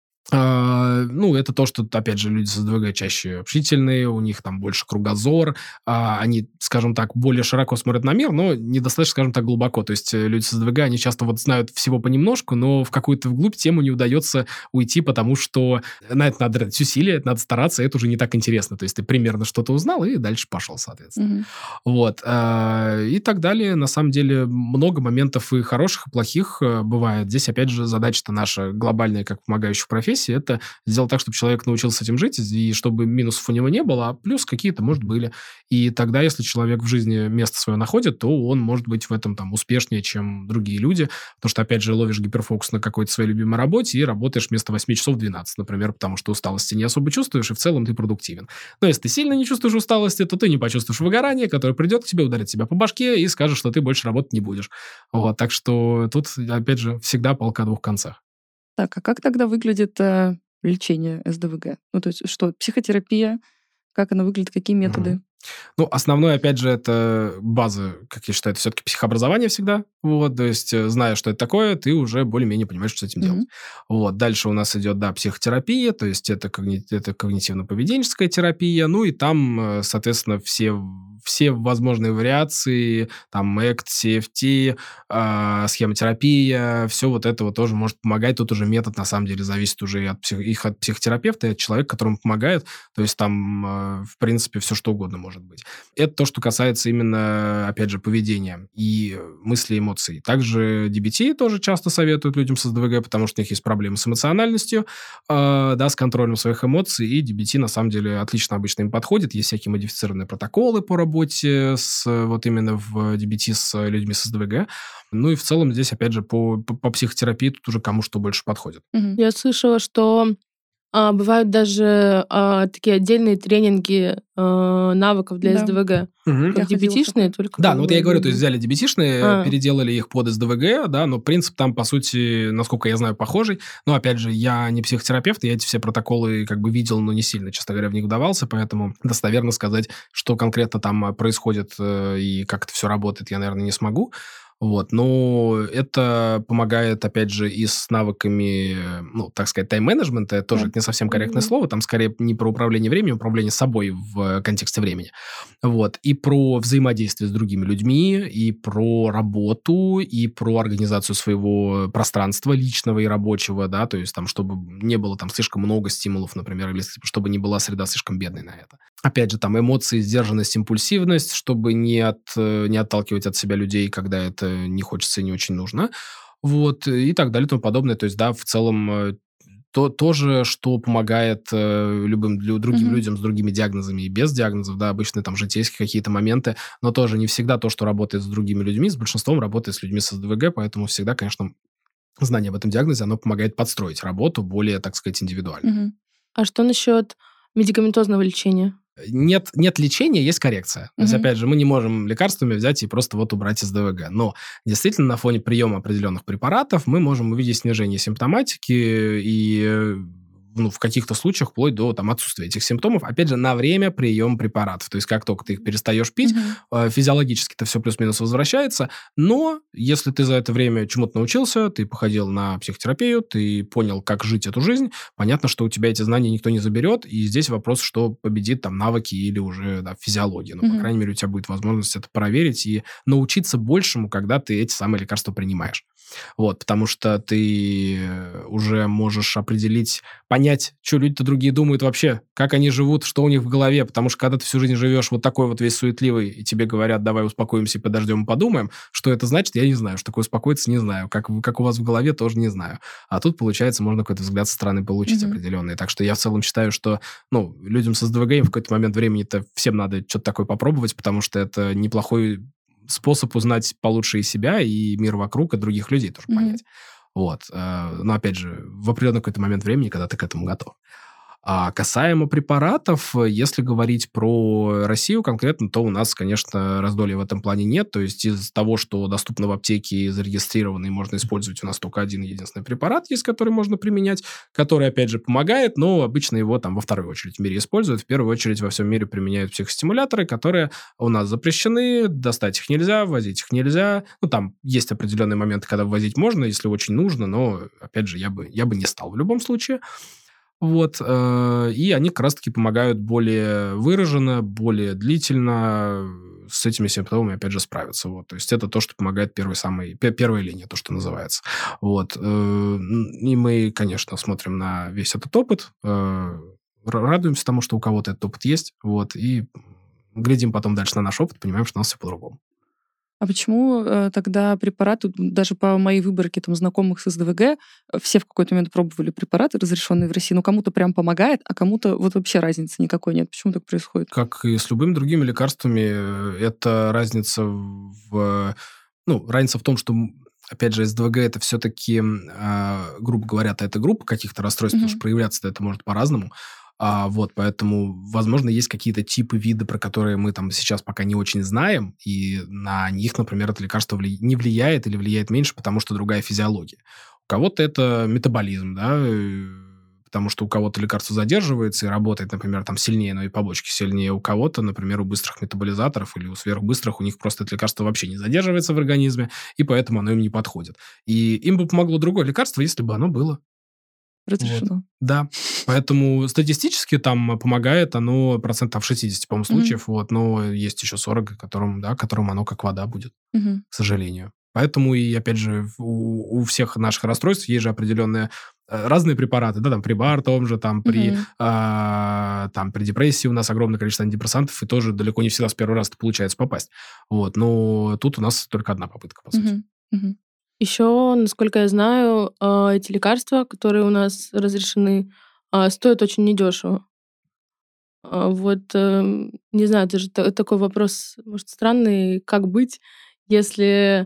Ну, это то, что, опять же, люди с СДВГ чаще общительные, у них там больше кругозор, они, скажем так, более широко смотрят на мир, но недостаточно, скажем так, глубоко. То есть люди с СДВГ, они часто вот знают всего понемножку, но в какую-то вглубь тему не удается уйти, потому что на это надо тратить усилия, это надо стараться, это уже не так интересно. То есть ты примерно что-то узнал и дальше пошел, соответственно. Вот. И так далее. На самом деле много моментов и хороших, и плохих бывает. Здесь, опять же, задача-то наша глобальная, как помогающих профессий, это сделать так, чтобы человек научился с этим жить, и чтобы минусов у него не было, а плюс какие-то, может, были. И тогда, если человек в жизни место свое находит, то он может быть в этом там успешнее, чем другие люди, потому что, опять же, ловишь гиперфокус на какой-то своей любимой работе и работаешь вместо 8 часов 12, например, потому что усталости не особо чувствуешь, и в целом ты продуктивен. Но если ты сильно не чувствуешь усталости, то ты не почувствуешь выгорание, которое придет к тебе, ударит тебя по башке и скажет, что ты больше работать не будешь. Вот, так что тут, опять же, всегда палка о двух концах. Так, а как тогда выглядит лечение СДВГ? Ну, то есть что, психотерапия, как она выглядит, какие методы? Ну, основное, опять же, это база, как я считаю, это все-таки психообразование всегда. Вот, то есть, зная, что это такое, ты уже более-менее понимаешь, что с этим делать. Вот, дальше у нас идет, да, психотерапия, то есть это когнитивно-поведенческая терапия, ну и там, соответственно, все возможные вариации, там, ACT, CFT, схемотерапия, все вот это вот тоже может помогать. Тут уже метод, на самом деле, зависит уже и от психотерапевта, и от человека, которому помогает. То есть там, в принципе, все что угодно может быть. Это то, что касается именно, опять же, поведения и мыслей, эмоций. Также DBT тоже часто советуют людям с СДВГ, потому что у них есть проблемы с эмоциональностью, да, с контролем своих эмоций, и DBT, на самом деле, отлично обычно им подходит. Есть всякие модифицированные протоколы по работе вот именно в DBT с людьми с СДВГ. Ну и в целом здесь, опять же, по психотерапии тут уже кому что больше подходит. Я слышала, что бывают даже такие отдельные тренинги навыков для СДВГ. Как DBT-шные, только... Да, ну вот я и говорю, то есть взяли DBT-шные, переделали их под СДВГ, да, но принцип там, по сути, насколько я знаю, похожий. Но, опять же, я не психотерапевт, я эти все протоколы как бы видел, но не сильно, честно говоря, в них вдавался, поэтому достоверно сказать, что конкретно там происходит и как это все работает, я, наверное, не смогу. Вот, но это помогает, опять же, и с навыками, ну, так сказать, тайм-менеджмента, это тоже не совсем корректное слово, там скорее не про управление временем, управление собой в контексте времени. Вот, и про взаимодействие с другими людьми, и про работу, и про организацию своего пространства личного и рабочего, да, то есть там, чтобы не было там слишком много стимулов, например, или чтобы не была среда слишком бедной на это. Опять же, там эмоции, сдержанность, импульсивность, чтобы не отталкивать от себя людей, когда это не хочется и не очень нужно. Вот, и так далее, и тому подобное. То есть, да, в целом, то же, что помогает любым другим людям с другими диагнозами и без диагнозов, да, обычно там житейские какие-то моменты, но тоже не всегда то, что работает с другими людьми, с большинством работает с людьми с СДВГ, поэтому всегда, конечно, знание об этом диагнозе, оно помогает подстроить работу более, так сказать, индивидуально. А что насчет медикаментозного лечения? Нет лечения, есть коррекция. То есть, опять же, мы не можем лекарствами взять и просто вот убрать СДВГ. Но действительно на фоне приема определенных препаратов мы можем увидеть снижение симптоматики и в каких-то случаях вплоть до там, отсутствия этих симптомов, опять же, на время приема препаратов. То есть, как только ты их перестаешь пить, физиологически это все плюс-минус возвращается, но если ты за это время чему-то научился, ты походил на психотерапию, ты понял, как жить эту жизнь, понятно, что у тебя эти знания никто не заберет, и здесь вопрос, что победит там навыки или уже физиология. Ну, по крайней мере, у тебя будет возможность это проверить и научиться большему, когда ты эти самые лекарства принимаешь. Вот, потому что ты уже можешь определить, понять, что люди-то другие думают вообще, как они живут, что у них в голове, потому что когда ты всю жизнь живешь вот такой вот весь суетливый, и тебе говорят, давай успокоимся и подождем и подумаем, что это значит, я не знаю, что такое успокоиться, не знаю, как у вас в голове, тоже не знаю. А тут, получается, можно какой-то взгляд со стороны получить определенный. Так что я в целом считаю, что, людям с СДВГ в какой-то момент времени-то всем надо что-то такое попробовать, потому что это неплохой способ узнать получше и себя, и мир вокруг, и других людей тоже понять. Вот. Но, опять же, в определенный какой-то момент времени, когда ты к этому готов. А касаемо препаратов, если говорить про Россию конкретно, то у нас, конечно, раздолья в этом плане нет. То есть из того, что доступно в аптеке и зарегистрировано, и можно использовать, у нас только один единственный препарат есть, который можно применять, который, опять же, помогает, но обычно его там во вторую очередь в мире используют. В первую очередь во всем мире применяют психостимуляторы, которые у нас запрещены, достать их нельзя, ввозить их нельзя. Ну, там есть определенные моменты, когда ввозить можно, если очень нужно, но, опять же, я бы не стал в любом случае. Вот, и они как раз-таки помогают более выраженно, более длительно с этими симптомами, опять же, справиться. Вот. То есть это то, что помогает первая линия, то, что называется. Вот. И мы, конечно, смотрим на весь этот опыт, радуемся тому, что у кого-то этот опыт есть, вот, и глядим потом дальше на наш опыт, понимаем, что у нас все по-другому. А почему тогда препараты, даже по моей выборке там, знакомых с СДВГ, все в какой-то момент пробовали препараты, разрешенные в России, но кому-то прям помогает, а кому-то вот вообще разницы никакой нет. Почему так происходит? Как и с любыми другими лекарствами, это разница разница в том, что, опять же, СДВГ это все-таки, грубо говоря, это группа каких-то расстройств, потому что проявляться это может по-разному. Вот, поэтому, возможно, есть какие-то типы, виды, про которые мы там сейчас пока не очень знаем, и на них, например, это лекарство не влияет или влияет меньше, потому что другая физиология. У кого-то это метаболизм, да, потому что у кого-то лекарство задерживается и работает, например, там сильнее, но и побочки сильнее. У кого-то, например, у быстрых метаболизаторов или у сверхбыстрых, у них просто это лекарство вообще не задерживается в организме, и поэтому оно им не подходит. И им бы помогло другое лекарство, если бы оно было. Разрешено. Вот. Да, поэтому статистически там помогает оно 60%, по-моему, случаев, но есть еще 40, которым оно как вода будет, к сожалению. Поэтому и, опять же, у всех наших расстройств есть же определенные разные препараты, да, там при БАР том же, там при депрессии у нас огромное количество антидепрессантов, и тоже далеко не всегда с первого раза получается попасть. Вот, но тут у нас только одна попытка, по сути. Еще, насколько я знаю, эти лекарства, которые у нас разрешены, стоят очень недешево. Не знаю, это же такой вопрос, может, странный, как быть, если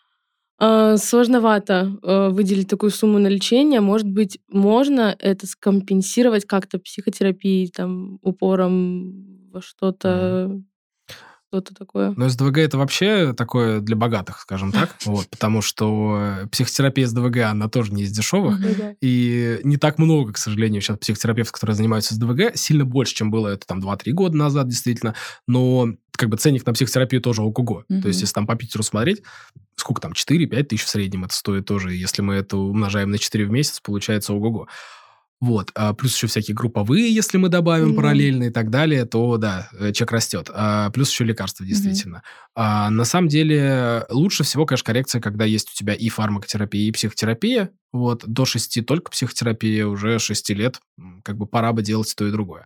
сложновато выделить такую сумму на лечение. Может быть, можно это скомпенсировать как-то психотерапией, там, упором во что-то такое. Но СДВГ это вообще такое для богатых, скажем так, потому что психотерапия СДВГ, она тоже не из дешевых, и не так много, к сожалению, сейчас психотерапевтов, которые занимаются СДВГ, сильно больше, чем было это там 2-3 года назад, действительно, но как бы ценник на психотерапию тоже ого-го. То есть, если там по Питеру смотреть, сколько там, 4-5 тысяч в среднем это стоит тоже, если мы это умножаем на 4 в месяц, получается ого-го. Вот, плюс еще всякие групповые, если мы добавим параллельно и так далее, то да, чек растет. Плюс еще лекарства, действительно. На самом деле, лучше всего, конечно, коррекция, когда есть у тебя и фармакотерапия, и психотерапия. Вот, до 6 только психотерапия, уже 6 лет, как бы пора бы делать то и другое.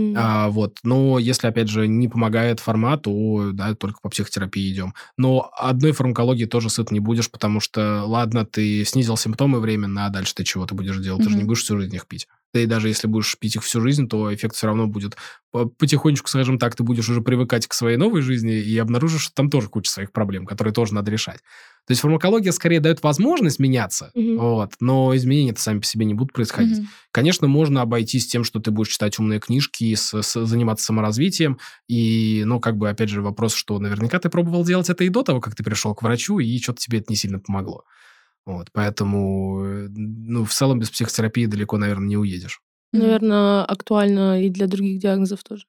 Но если, опять же, не помогает формат, то, да, только по психотерапии идем. Но одной фармакологии тоже сыт не будешь, потому что, ладно, ты снизил симптомы временно, а дальше ты чего ты будешь делать? Ты же не будешь всю жизнь их пить. Да и даже если будешь пить их всю жизнь, то эффект все равно будет потихонечку, скажем так, ты будешь уже привыкать к своей новой жизни и обнаружишь, что там тоже куча своих проблем, которые тоже надо решать. То есть фармакология скорее дает возможность меняться, но изменения-то сами по себе не будут происходить. Конечно, можно обойтись тем, что ты будешь читать умные книжки и заниматься саморазвитием. И, опять же, вопрос, что наверняка ты пробовал делать это и до того, как ты пришел к врачу, и что-то тебе это не сильно помогло. Вот, поэтому, в целом без психотерапии далеко, наверное, не уедешь. Наверное, актуально и для других диагнозов тоже.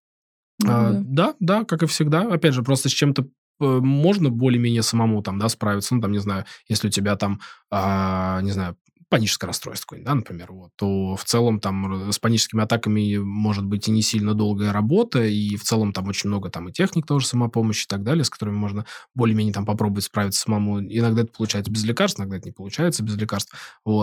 Да, как и всегда. Опять же, просто с чем-то можно более-менее самому там, да, справиться. Не знаю, если у тебя там, не знаю, паническое расстройство какое-нибудь, да, например, то в целом там с паническими атаками может быть и не сильно долгая работа, и в целом там очень много там и техник тоже самопомощи и так далее, с которыми можно более-менее там попробовать справиться самому. Иногда это получается без лекарств, иногда это не получается без лекарств.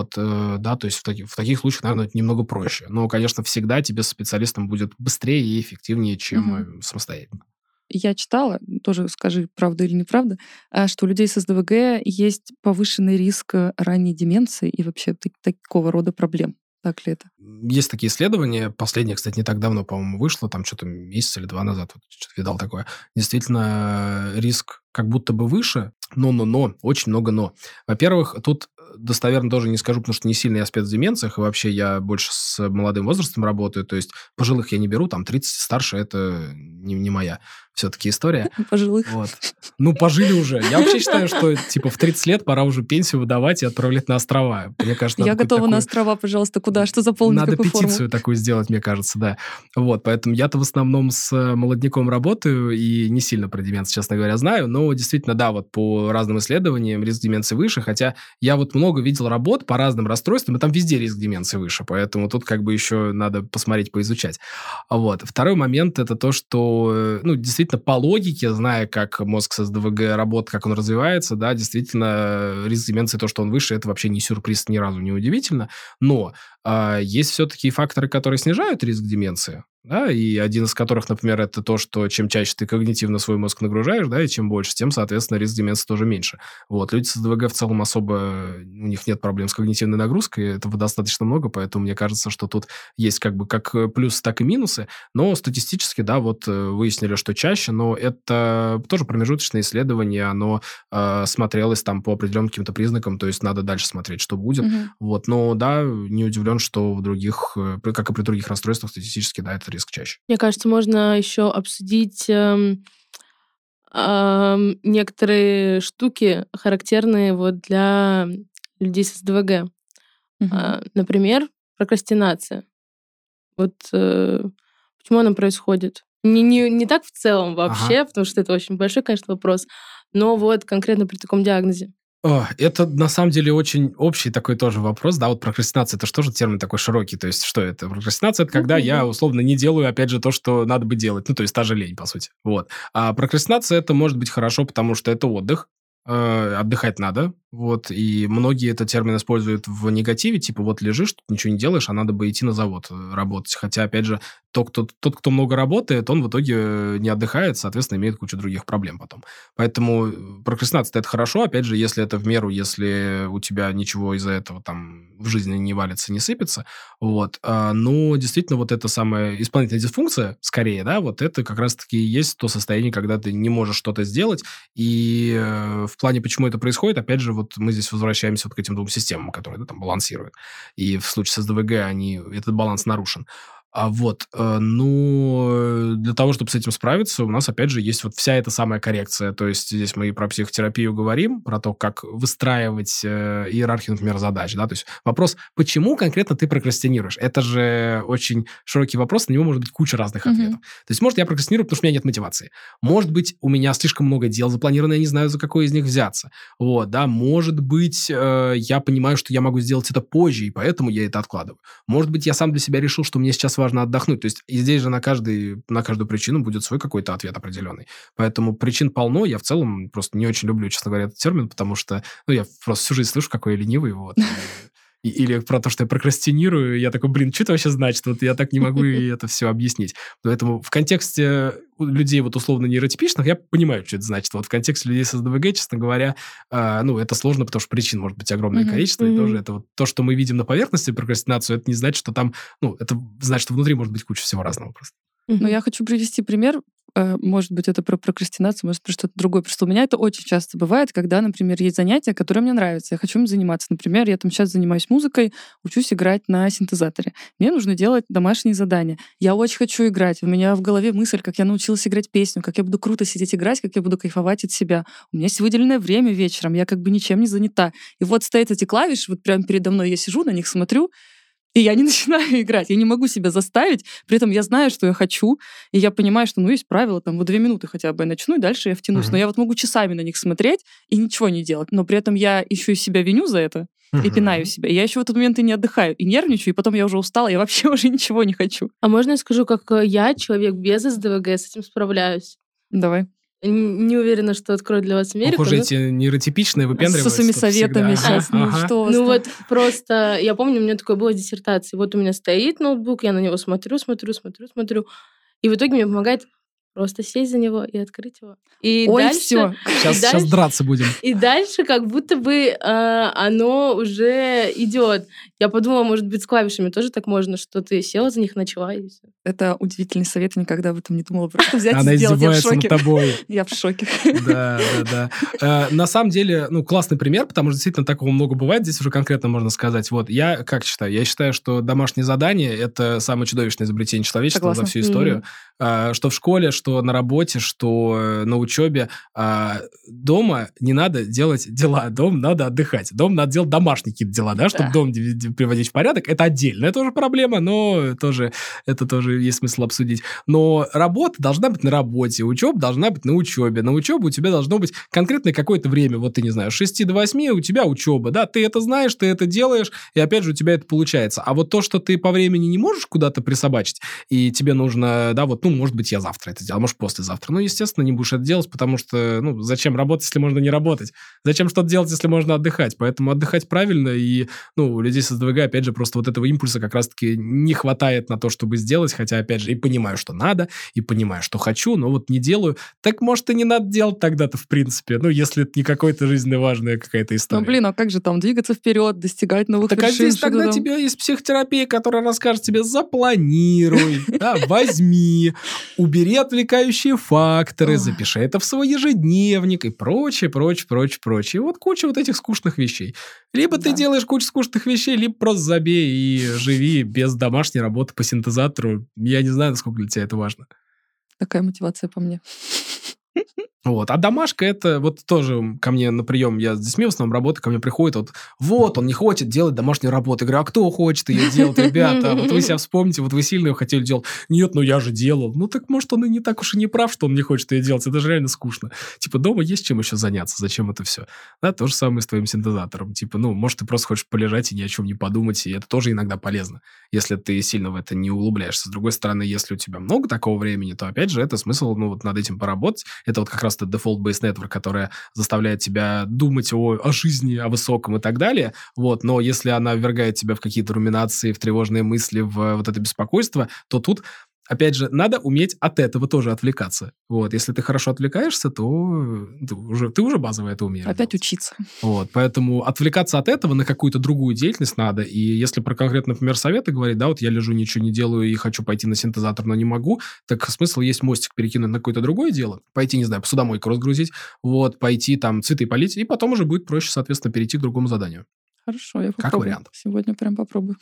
То есть в таких случаях, наверное, это немного проще. Но, конечно, всегда тебе с специалистом будет быстрее и эффективнее, чем самостоятельно. Я читала, тоже скажи, правда или неправда, что у людей с СДВГ есть повышенный риск ранней деменции и вообще такого рода проблем. Так ли это? Есть такие исследования. Последнее, кстати, не так давно, по-моему, вышло, там что-то месяц или 2 назад, что-то видал такое. Действительно, риск как будто бы выше, но, очень много но. Во-первых, тут достоверно тоже не скажу, потому что не сильно я спец в деменциях, и вообще я больше с молодым возрастом работаю, то есть пожилых я не беру, там 30 старше, это не моя все-таки история. Пожилых. Вот. Пожили уже. Я вообще считаю, что в 30 лет пора уже пенсию выдавать и отправлять на острова. Мне кажется, я готова на острова, пожалуйста, куда? Что заполнить? Надо какую петицию форму? такую сделать, мне кажется, да. Вот, поэтому я-то в основном с молодняком работаю и не сильно про деменцию, честно говоря, знаю, но действительно, да, вот по разным исследованиям риск деменции выше, хотя я много видел работ по разным расстройствам, и там везде риск деменции выше, поэтому тут еще надо посмотреть, поизучать. Вот. Второй момент – это то, что, действительно, по логике, зная, как мозг с СДВГ работает, как он развивается, да, действительно, риск деменции, то, что он выше, это вообще не сюрприз, ни разу не удивительно, но есть все-таки факторы, которые снижают риск деменции, да, и один из которых, например, это то, что чем чаще ты когнитивно свой мозг нагружаешь, да, и чем больше, тем, соответственно, риск деменции тоже меньше. Вот. Люди с СДВГ в целом особо, у них нет проблем с когнитивной нагрузкой, этого достаточно много, поэтому мне кажется, что тут есть как плюсы, так и минусы, но статистически, да, выяснили, что чаще, но это тоже промежуточное исследование, оно смотрелось там по определенным каким-то признакам, то есть надо дальше смотреть, что будет. Вот. Но, да, не удивлен, что в других, как и при других расстройствах, статистически, да, это риск чаще. Мне кажется, можно еще обсудить некоторые штуки, характерные для людей с СДВГ. Например, прокрастинация. Вот почему она происходит? Не так в целом вообще, потому что это очень большой, конечно, вопрос, но вот конкретно при таком диагнозе. Это, на самом деле, очень общий такой тоже вопрос, да, вот прокрастинация, это же тоже термин такой широкий, то есть что это? Прокрастинация — это когда я, условно, не делаю, опять же, то, что надо бы делать, ну, то есть та же лень, по сути, вот. А прокрастинация — это может быть хорошо, потому что это отдых, отдыхать надо, вот, и многие этот термин используют в негативе, типа вот лежишь, тут ничего не делаешь, а надо бы идти на завод работать, хотя, опять же, тот, кто много работает, он в итоге не отдыхает, соответственно, имеет кучу других проблем потом. Поэтому прокрастинация — это хорошо, опять же, если это в меру, если у тебя ничего из-за этого там в жизни не валится, не сыпется, вот, но действительно вот эта самая исполнительная дисфункция, скорее, да, вот это как раз-таки и есть то состояние, когда ты не можешь что-то сделать, и в плане, почему это происходит, опять же, вот мы здесь возвращаемся вот к этим двум системам, которые, да, там балансируют. И в случае с СДВГ этот баланс нарушен. Но для того, чтобы с этим справиться, у нас, опять же, есть вот вся эта самая коррекция. То есть здесь мы и про психотерапию говорим, про то, как выстраивать иерархию, например, задач. Да? То есть вопрос, почему конкретно ты прокрастинируешь? Это же очень широкий вопрос, на него может быть куча разных ответов. То есть, может, я прокрастинирую, потому что у меня нет мотивации. Может быть, у меня слишком много дел запланировано, я не знаю, за какое из них взяться. Вот, да? Может быть, я понимаю, что я могу сделать это позже, и поэтому я это откладываю. Может быть, я сам для себя решил, что мне сейчас важно отдохнуть. То есть и здесь же на каждую причину будет свой какой-то ответ определенный. Поэтому причин полно. Я в целом просто не очень люблю, честно говоря, этот термин, потому что я просто всю жизнь слышу, какой я ленивый. Вот. Или про то, что я прокрастинирую, я такой, что это вообще значит? Вот я так не могу и это все объяснить. Поэтому в контексте людей вот условно нейротипичных я понимаю, что это значит. Вот в контексте людей с СДВГ, честно говоря, это сложно, потому что причин может быть огромное количество. И тоже это вот то, что мы видим на поверхности прокрастинацию, это не значит, что там, это значит, что внутри может быть куча всего разного просто. Но я хочу привести пример. Может быть, это про прокрастинацию, может, про что-то другое. Просто у меня это очень часто бывает, когда, например, есть занятия, которые мне нравятся, я хочу им заниматься. Например, я там сейчас занимаюсь музыкой, учусь играть на синтезаторе. Мне нужно делать домашние задания. Я очень хочу играть. У меня в голове мысль, как я научилась играть песню, как я буду круто сидеть играть, как я буду кайфовать от себя. У меня есть выделенное время вечером, я как бы ничем не занята. И вот стоят эти клавиши, вот прямо передо мной я сижу, на них смотрю, и я не начинаю играть, я не могу себя заставить, при этом я знаю, что я хочу, и я понимаю, что, есть правило, там, 2 минуты хотя бы я начну, и дальше я втянусь. Но я вот могу часами на них смотреть и ничего не делать, но при этом я еще и себя виню за это, и пинаю себя. И я еще в этот момент и не отдыхаю, и нервничаю, и потом я уже устала, я вообще уже ничего не хочу. А можно я скажу, как я, человек без СДВГ, с этим справляюсь? Давай. Не уверена, что открою для вас Америку. Похоже, эти нейротипичные выпендриваются. С своими советами сейчас. Что вот просто, я помню, у меня такое было в диссертации. Вот у меня стоит ноутбук, я на него смотрю. И в итоге мне помогает просто сесть за него и открыть его. И ой, дальше, все. Сейчас драться будем. И дальше как будто бы оно уже идет. Я подумала, может быть, с клавишами тоже так можно, что ты села за них, начала, и все. Это удивительный совет, я никогда об этом не думала. Просто взять Она и сделать, я в шоке. над тобой. Я в шоке. Да. На самом деле, классный пример, потому что действительно такого много бывает, здесь уже конкретно можно сказать. Вот, я как считаю? Я считаю, что домашние задания — это самое чудовищное изобретение человечества за всю историю. Что в школе, что на работе, что на учебе. Дома не надо делать дела, дома надо отдыхать. Дома надо делать домашние какие-то дела, да, чтобы дом приводить в порядок. Это отдельная тоже проблема, но это тоже есть смысл обсудить. Но работа должна быть на работе, учеба должна быть на учебе. На учебу у тебя должно быть конкретное какое-то время. Вот ты, не знаю, с 6 до 8 у тебя учеба, да, ты это знаешь, ты это делаешь, и опять же у тебя это получается. А вот то, что ты по времени не можешь куда-то присобачить, и тебе нужно, да, вот, может быть, я завтра это сделаю, может, послезавтра. Естественно, не будешь это делать, потому что, зачем работать, если можно не работать? Зачем что-то делать, если можно отдыхать? Поэтому отдыхать правильно, и, у людей с СДВГ, опять же, просто вот этого импульса как раз-таки не хватает на то, чтобы сделать, хотя, опять же, и понимаю, что надо, и понимаю, что хочу, но вот не делаю. Так, может, и не надо делать тогда-то, в принципе, если это не какой-то жизненно важная какая-то история. А как же там двигаться вперед, достигать новых вершин? Так, а здесь тогда у тебя есть психотерапия, которая расскажет тебе: запланируй, возьми, убери отвлекающие факторы, запиши это в свой ежедневник и прочее. И вот куча вот этих скучных вещей. Либо ты делаешь кучу скучных вещей, либо просто забей и живи без домашней работы по синтезатору. Я не знаю, насколько для тебя это важно. Такая мотивация по мне. Вот. А домашка это вот тоже ко мне на прием, я с детьми в основном работаю, ко мне приходит, вот он не хочет делать домашнюю работу. Я говорю, а кто хочет ее делать, ребята? Вот вы себя вспомните, вот вы сильно ее хотели делать. Нет, ну я же делал. Ну так может он и не так уж и не прав, что он не хочет ее делать. Это же реально скучно. Типа дома есть чем еще заняться, зачем это все? Да, то же самое с твоим синтезатором. Типа, ну, может, ты просто хочешь полежать и ни о чем не подумать, и это тоже иногда полезно, если ты сильно в это не углубляешься. С другой стороны, если у тебя много такого времени, то опять же это смысл, ну, вот над этим поработать. Это вот как раз default-based network, которая заставляет тебя думать о жизни, о высоком и так далее. Вот. Но если она ввергает тебя в какие-то руминации, в тревожные мысли, в вот это беспокойство, то тут, опять же, надо уметь от этого тоже отвлекаться. Вот. Если ты хорошо отвлекаешься, то ты уже базово это умеешь Опять делать. учиться. Вот. Поэтому отвлекаться от этого на какую-то другую деятельность надо. И если про конкретно, например, советы говорить, да, вот я лежу, ничего не делаю и хочу пойти на синтезатор, но не могу, так смысл есть мостик перекинуть на какое-то другое дело, пойти, не знаю, посудомойку разгрузить, вот, пойти там цветы полить, и потом уже будет проще, соответственно, перейти к другому заданию. Хорошо, я попробую. Как вариант. Сегодня прям попробую.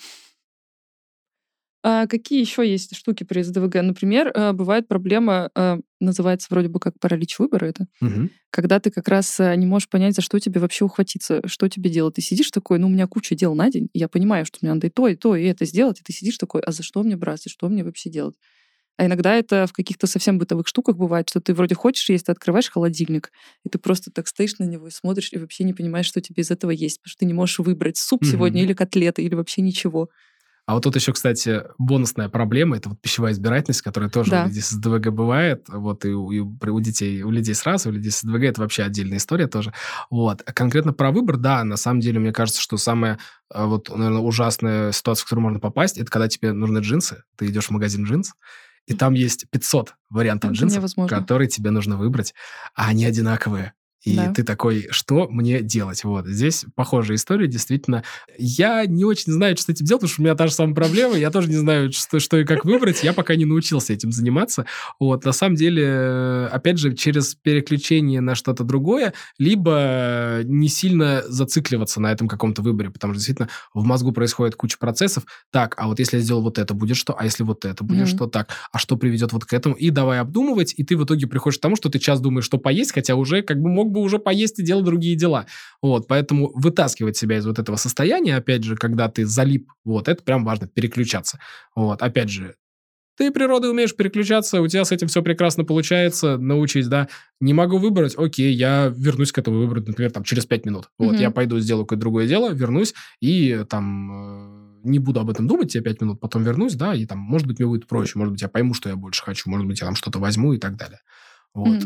А какие еще есть штуки при СДВГ? Например, бывает проблема, называется вроде бы как паралич выбора это, когда ты как раз не можешь понять, за что тебе вообще ухватиться, что тебе делать. Ты сидишь такой, ну, у меня куча дел на день, и я понимаю, что мне надо и то, и это сделать, и ты сидишь такой, а за что мне браться, что мне вообще делать? А иногда это в каких-то совсем бытовых штуках бывает, что ты вроде хочешь есть, ты открываешь холодильник, и ты просто так стоишь на него и смотришь, и вообще не понимаешь, что тебе из этого есть, потому что ты не можешь выбрать суп сегодня или котлеты, или вообще ничего. А вот тут еще, кстати, бонусная проблема, это вот пищевая избирательность, которая тоже у людей с СДВГ бывает, вот и у людей сразу, у людей с СДВГ это вообще отдельная история тоже. Вот. Конкретно про выбор, да, на самом деле, мне кажется, что самая вот, наверное, ужасная ситуация, в которую можно попасть, это когда тебе нужны джинсы, ты идешь в магазин джинс, и там есть 500 вариантов джинсов, которые тебе нужно выбрать, а они одинаковые. И ты такой, что мне делать? Вот. Здесь похожая история, действительно. Я не очень знаю, что с этим делать, потому что у меня та же самая проблема. Я тоже не знаю, что и как выбрать. Я пока не научился этим заниматься. Вот. На самом деле, опять же, через переключение на что-то другое, либо не сильно зацикливаться на этом каком-то выборе, потому что действительно в мозгу происходит куча процессов. Так, а вот если я сделал вот это, будет что? А если вот это будет что? Так, а что приведет вот к этому? И давай обдумывать, и ты в итоге приходишь к тому, что ты час думаешь, что поесть, хотя уже как бы мог бы уже поесть и делать другие дела. Вот, поэтому вытаскивать себя из вот этого состояния, опять же, когда ты залип, вот, это прям важно, переключаться. Вот, опять же, ты природой умеешь переключаться, у тебя с этим все прекрасно получается, научись, да. Не могу выбрать, окей, я вернусь к этому выбору, например, там, через 5 минут. Вот, я пойду, сделаю какое-то другое дело, вернусь, и там не буду об этом думать те 5 минут, потом вернусь, да, и там, может быть, мне будет проще, может быть, я пойму, что я больше хочу, может быть, я там что-то возьму и так далее. Вот.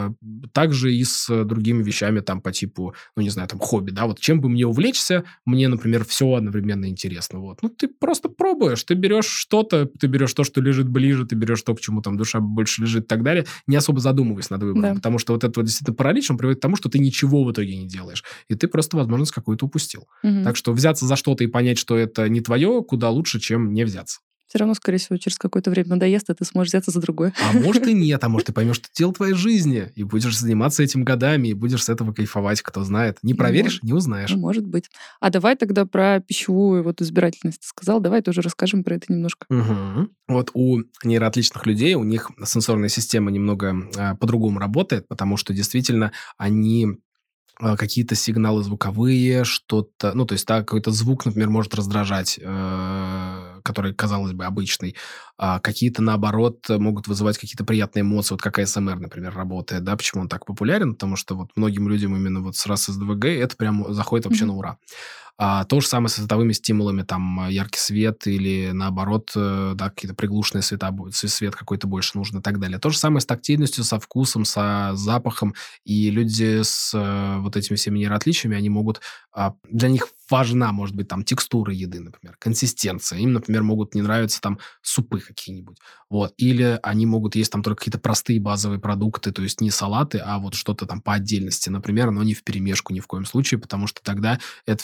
Также и с другими вещами там по типу, ну, не знаю, там, хобби, да, вот чем бы мне увлечься, мне, например, все одновременно интересно, вот. Ну, ты просто пробуешь, ты берешь что-то, ты берешь то, что лежит ближе, ты берешь то, к чему там душа больше лежит и так далее, не особо задумываясь над выбором, потому что вот это вот действительно паралич, он приводит к тому, что ты ничего в итоге не делаешь, и ты просто возможность какую-то упустил. Так что взяться за что-то и понять, что это не твое, куда лучше, чем не взяться. Все равно, скорее всего, через какое-то время надоест, а ты сможешь взяться за другое. А может и нет, а может ты поймешь, что это дело твоей жизни, и будешь заниматься этим годами, и будешь с этого кайфовать, кто знает. Не проверишь, не узнаешь. Может быть. А давай тогда про пищевую вот избирательность ты сказал, давай тоже расскажем про это немножко. Вот у нейроотличных людей, у них сенсорная система немного по-другому работает, потому что действительно они какие-то сигналы звуковые, что-то, ну, то есть, да, какой-то звук, например, может раздражать, который, казалось бы, обычный. Какие-то, наоборот, могут вызывать какие-то приятные эмоции, вот как АСМР, например, работает, да, почему он так популярен, потому что вот многим людям именно вот с СДВГ это прям заходит вообще на ура. То же самое со световыми стимулами, там, яркий свет или, наоборот, да, какие-то приглушенные света, свет какой-то больше нужен и так далее. То же самое с тактильностью, со вкусом, со запахом. И люди с вот этими всеми нейроотличиями, они могут... Для них важна, может быть, там, текстура еды, например, консистенция. Им, например, могут не нравиться там супы какие-нибудь. Вот. Или они могут есть там только какие-то простые базовые продукты, то есть не салаты, а вот что-то там по отдельности, например, но не вперемешку ни в коем случае, потому что тогда это все превращается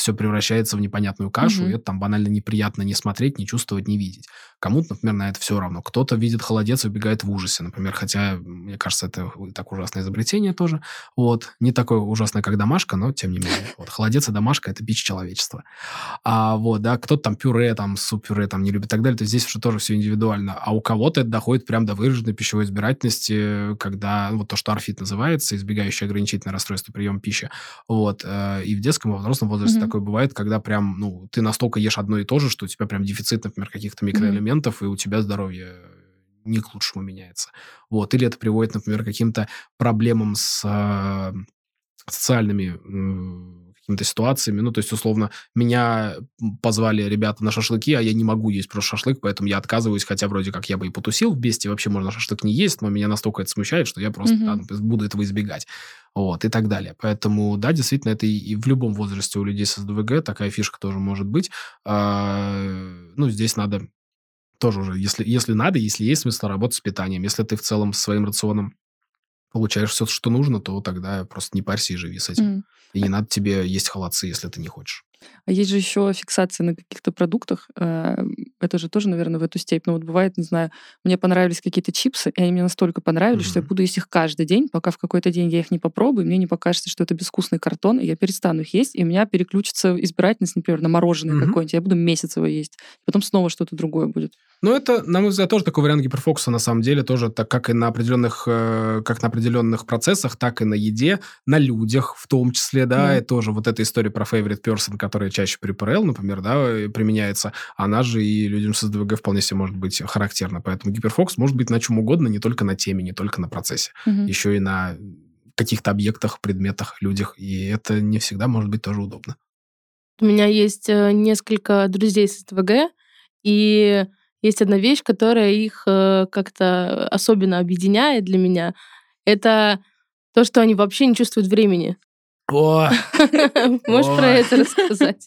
превращается в непонятную кашу, и это там банально неприятно не смотреть, не чувствовать, не видеть. Кому-то, например, на это все равно. Кто-то видит холодец и убегает в ужасе, например, хотя, мне кажется, это так ужасное изобретение тоже. Вот. Не такое ужасное, как домашка, но тем не менее. Вот. Холодец и домашка – это бич человечества. Вот, да, кто-то там пюре, там, суп-пюре там не любит и так далее, то есть здесь уже тоже все индивидуально. А у кого-то это доходит прям до выраженной пищевой избирательности, когда, вот то, что ОРФИД называется, избегающее ограничительное расстройство приема пищи. Вот. И в детском, и во взрослом возрасте такое бывает, когда прям, ну, ты настолько ешь одно и то же, что у тебя прям дефицит, например, каких-то микроэлементов, и у тебя здоровье не к лучшему меняется. Вот. Или это приводит, например, к каким-то проблемам с социальными какими-то ситуациями. Ну, то есть, условно, меня позвали ребята на шашлыки, а я не могу есть просто шашлык, поэтому я отказываюсь, хотя вроде как я бы и потусил в Бесте, вообще можно шашлык не есть, но меня настолько это смущает, что я просто буду этого избегать. Вот, и так далее. Поэтому, да, действительно, это и в любом возрасте у людей с СДВГ такая фишка тоже может быть. Ну, здесь надо тоже уже, если надо, если есть смысл работать с питанием, если ты в целом со своим рационом получаешь все, что нужно, то тогда просто не парься и живи с этим. И не надо тебе есть холодцы, если ты не хочешь. А есть же еще фиксация на каких-то продуктах. Это же тоже, наверное, в эту степь. Но вот бывает, не знаю, мне понравились какие-то чипсы, и они мне настолько понравились, что я буду есть их каждый день, пока в какой-то день я их не попробую, и мне не покажется, что это безвкусный картон, и я перестану их есть, и у меня переключится избирательность, например, на мороженое какое-нибудь. Я буду месяц его есть. Потом снова что-то другое будет. Ну, это, на мой взгляд, тоже такой вариант гиперфокуса, на самом деле, тоже так как и на определенных, процессах, так и на еде, на людях в том числе, да, и тоже вот эта история про favorite person, которая чаще при ПРЛ, например, да, применяется, она же и людям с СДВГ вполне себе может быть характерна. Поэтому гиперфокус может быть на чем угодно, не только на теме, не только на процессе, еще и на каких-то объектах, предметах, людях, и это не всегда может быть тоже удобно. У меня есть несколько друзей с СДВГ, и есть одна вещь, которая их как-то особенно объединяет для меня. Это то, что они вообще не чувствуют времени. Можешь про это рассказать?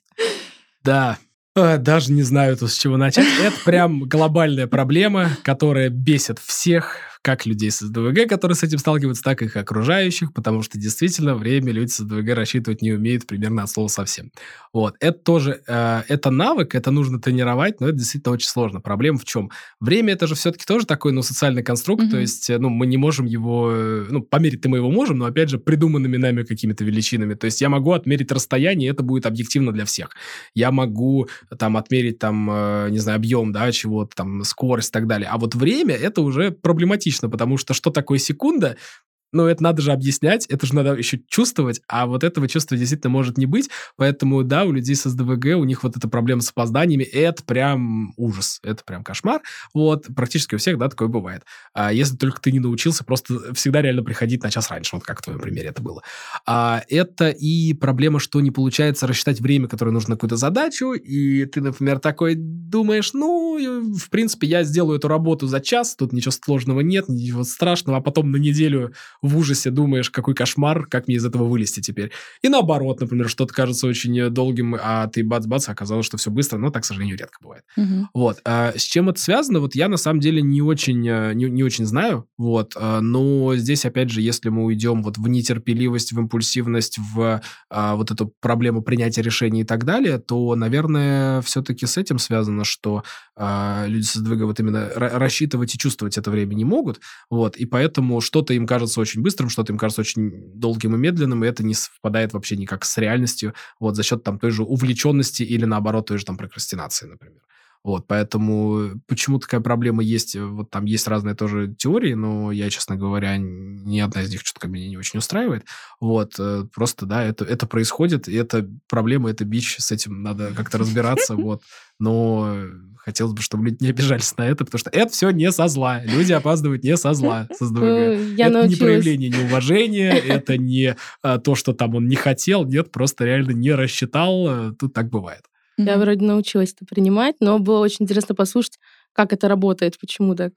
Да. Даже не знаю, с чего начать. Это прям глобальная проблема, которая бесит всех, как людей с СДВГ, которые с этим сталкиваются, так и их окружающих, потому что действительно время люди с СДВГ рассчитывать не умеют примерно от слова совсем. Вот. Это тоже, это навык, это нужно тренировать, но это действительно очень сложно. Проблема в чем? Время это же все-таки тоже такой, социальный конструкт, то есть, мы не можем его, померить-то мы его можем, но, опять же, придуманными нами какими-то величинами. То есть я могу отмерить расстояние, и это будет объективно для всех. Я могу отмерить, не знаю, объем, да, чего-то, скорость и так далее. А вот время, это уже проблематично, потому что такое секунда? Это надо же объяснять, это же надо еще чувствовать, а вот этого чувства действительно может не быть, поэтому, да, у людей с СДВГ, у них вот эта проблема с опозданиями, это прям ужас, это прям кошмар, вот, практически у всех, да, такое бывает. Если только ты не научился просто всегда реально приходить на час раньше, вот как в твоем примере это было. Это и проблема, что не получается рассчитать время, которое нужно на какую-то задачу, и ты, например, такой думаешь, в принципе, я сделаю эту работу за час, тут ничего сложного нет, ничего страшного, а потом на неделю в ужасе думаешь, какой кошмар, как мне из этого вылезти теперь. И наоборот, например, что-то кажется очень долгим, а ты бац-бац, оказалось, что все быстро, но так, к сожалению, редко бывает. Вот. С чем это связано? Вот я, на самом деле, не очень знаю, вот, но здесь, опять же, если мы уйдем вот в нетерпеливость, в импульсивность, в вот эту проблему принятия решений и так далее, то, наверное, все-таки с этим связано, что люди с СДВГ вот именно рассчитывать и чувствовать это время не могут, вот, и поэтому что-то им кажется очень быстрым, что-то им кажется очень долгим и медленным, и это не совпадает вообще никак с реальностью, вот, за счет той же увлеченности или, наоборот, той же прокрастинации, например. Вот, поэтому почему такая проблема есть, вот там есть разные тоже теории, но я, честно говоря, ни одна из них что-то меня не очень устраивает, вот, просто, да, это происходит, и это проблема, это бич, с этим надо как-то разбираться, вот, но хотелось бы, чтобы люди не обижались на это, потому что это все не со зла, люди опаздывают не со зла, с СДВГ. Это не проявление неуважения, это не то, что там он не хотел, нет, просто реально не рассчитал, тут так бывает. Я вроде научилась это принимать, но было очень интересно послушать, как это работает, почему так.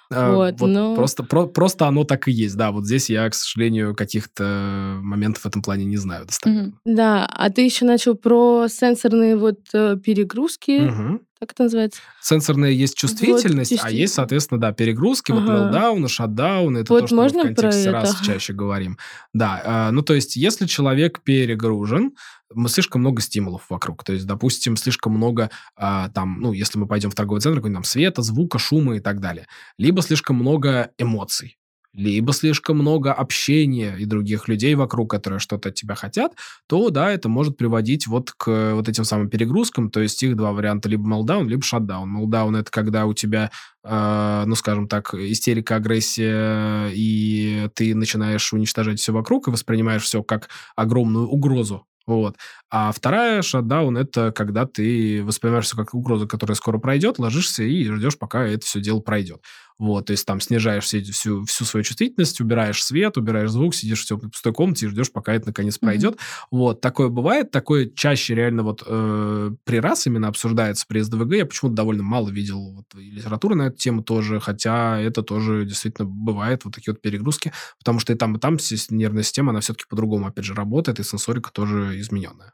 Просто оно так и есть, да. Вот здесь я, к сожалению, каких-то моментов в этом плане не знаю достоверно. Да, а ты еще начал про сенсорные перегрузки, как это называется? Сенсорная есть чувствительность, а есть, соответственно, да, перегрузки, мелдауны, шатдауны, это то, что мы в контексте раз чаще говорим. Да, то есть, если человек перегружен, слишком много стимулов вокруг. То есть, допустим, слишком много если мы пойдем в торговый центр, какой-нибудь там света, звука, шума и так далее. Либо слишком много эмоций. Либо слишком много общения и других людей вокруг, которые что-то от тебя хотят, то, да, это может приводить вот к вот этим самым перегрузкам. То есть их два варианта, либо meltdown, либо shutdown. Meltdown — это когда у тебя, скажем так, истерика, агрессия, и ты начинаешь уничтожать все вокруг и воспринимаешь все как огромную угрозу. Вот. А вторая shutdown — это когда ты воспринимаешь все как угрозу, которая скоро пройдет, ложишься и ждешь, пока это все дело пройдет. Вот, то есть там снижаешь всю свою чувствительность, убираешь свет, убираешь звук, сидишь в пустой комнате и ждешь, пока это наконец пройдет. Вот, такое бывает, такое чаще реально при раз именно обсуждается при СДВГ. Я почему-то довольно мало видел литературы на эту тему тоже, хотя это тоже действительно бывает, вот такие вот перегрузки, потому что и там нервная система, она все-таки по-другому, опять же, работает, и сенсорика тоже измененная.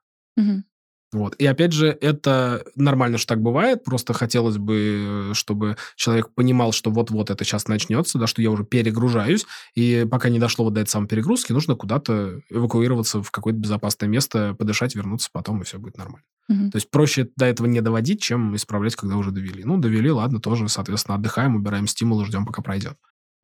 Вот. И опять же, это нормально, что так бывает, просто хотелось бы, чтобы человек понимал, что вот-вот это сейчас начнется, да, что я уже перегружаюсь, и пока не дошло вот до этой самой перегрузки, нужно куда-то эвакуироваться в какое-то безопасное место, подышать, вернуться потом, и все будет нормально. То есть проще до этого не доводить, чем исправлять, когда уже довели. Довели, ладно, тоже, соответственно, отдыхаем, убираем стимулы, ждем, пока пройдет.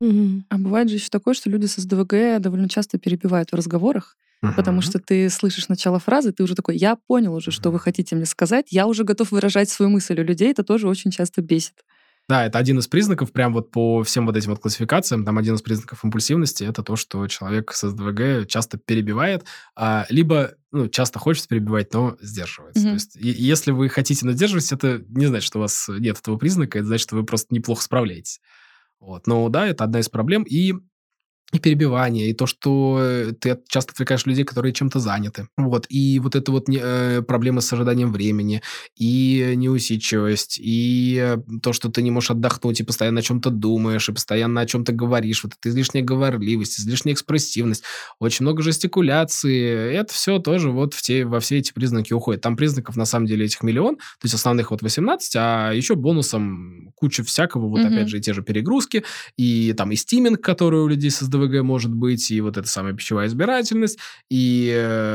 А бывает же еще такое, что люди с СДВГ довольно часто перебивают в разговорах, потому что ты слышишь начало фразы, ты уже такой: я понял уже, что вы хотите мне сказать, я уже готов выражать свою мысль. У людей это тоже очень часто бесит. Да, это один из признаков, прям вот по всем вот этим вот классификациям, там один из признаков импульсивности — это то, что человек с СДВГ часто перебивает, либо часто хочет перебивать, но сдерживается. То есть если вы хотите, но сдерживаетесь, это не значит, что у вас нет этого признака, это значит, что вы просто неплохо справляетесь. Вот. Но да, это одна из проблем. И перебивание, и то, что ты часто отвлекаешь людей, которые чем-то заняты. Вот. И вот это вот проблемы с ожиданием времени, и неусидчивость, и то, что ты не можешь отдохнуть, и постоянно о чем-то думаешь, и постоянно о чем-то говоришь. Вот это излишняя говорливость, излишняя экспрессивность, очень много жестикуляции. Это все тоже вот во все эти признаки уходит. Там признаков, на самом деле, этих миллион, то есть основных 18, а еще бонусом куча всякого, вот опять же, и те же перегрузки, и там и стиминг, который у людей создает СДВГ может быть, и вот эта самая пищевая избирательность, и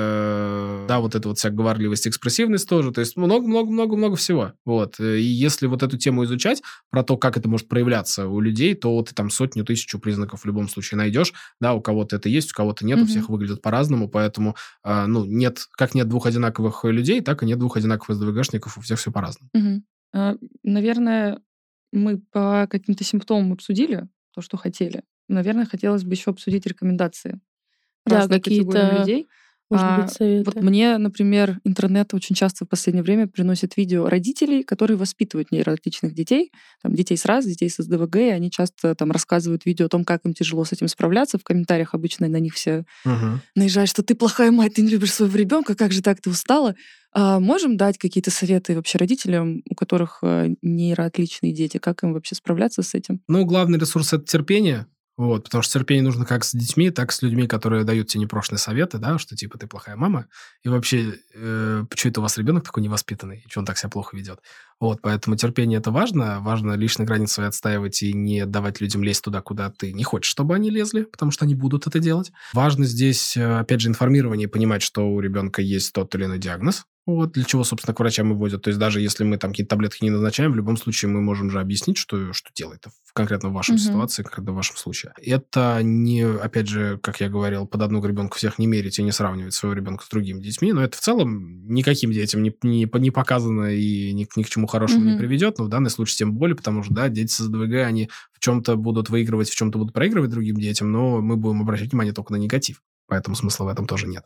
вот эта вот вся говорливость, экспрессивность тоже, то есть много-много-много-много всего. Вот. И если вот эту тему изучать, про то, как это может проявляться у людей, то ты там 100-1000 признаков в любом случае найдешь, да, у кого-то это есть, у кого-то нет, у всех выглядит по-разному, поэтому, нет двух одинаковых людей, так и нет двух одинаковых СДВГшников, у всех все по-разному. Наверное, мы по каким-то симптомам обсудили то, что хотели. Наверное, хотелось бы еще обсудить рекомендации. Да, какие-то людей. Может быть, советы. Вот мне, например, интернет очень часто в последнее время приносит видео родителей, которые воспитывают нейроотличных детей, там, детей с РАС, детей с СДВГ, и они часто там рассказывают видео о том, как им тяжело с этим справляться. В комментариях обычно на них все наезжают, что ты плохая мать, ты не любишь своего ребенка, как же так, ты устала? Можем дать какие-то советы вообще родителям, у которых нейроотличные дети, как им вообще справляться с этим? Главный ресурс — это терпение. Вот, потому что терпение нужно как с детьми, так и с людьми, которые дают тебе непрошенные советы, да, что типа ты плохая мама, и вообще, почему это у вас ребенок такой невоспитанный, и что он так себя плохо ведет. Вот, поэтому терпение — это важно личные границы свои отстаивать и не давать людям лезть туда, куда ты не хочешь, чтобы они лезли, потому что они будут это делать. Важно здесь, опять же, информирование, понимать, что у ребенка есть тот или иной диагноз. Вот, для чего, собственно, к врачам и водят. То есть даже если мы там какие-то таблетки не назначаем, в любом случае мы можем же объяснить, что делать конкретно в вашей ситуации, конкретно в вашем случае. Это не, опять же, как я говорил, под одну гребенку всех не мерить и не сравнивать своего ребенка с другими детьми, но это в целом никаким детям не показано и ни к чему хорошему не приведет, но в данном случае тем более, потому что, да, дети с СДВГ, они в чем-то будут выигрывать, в чем-то будут проигрывать другим детям, но мы будем обращать внимание только на негатив, поэтому смысла в этом тоже нет.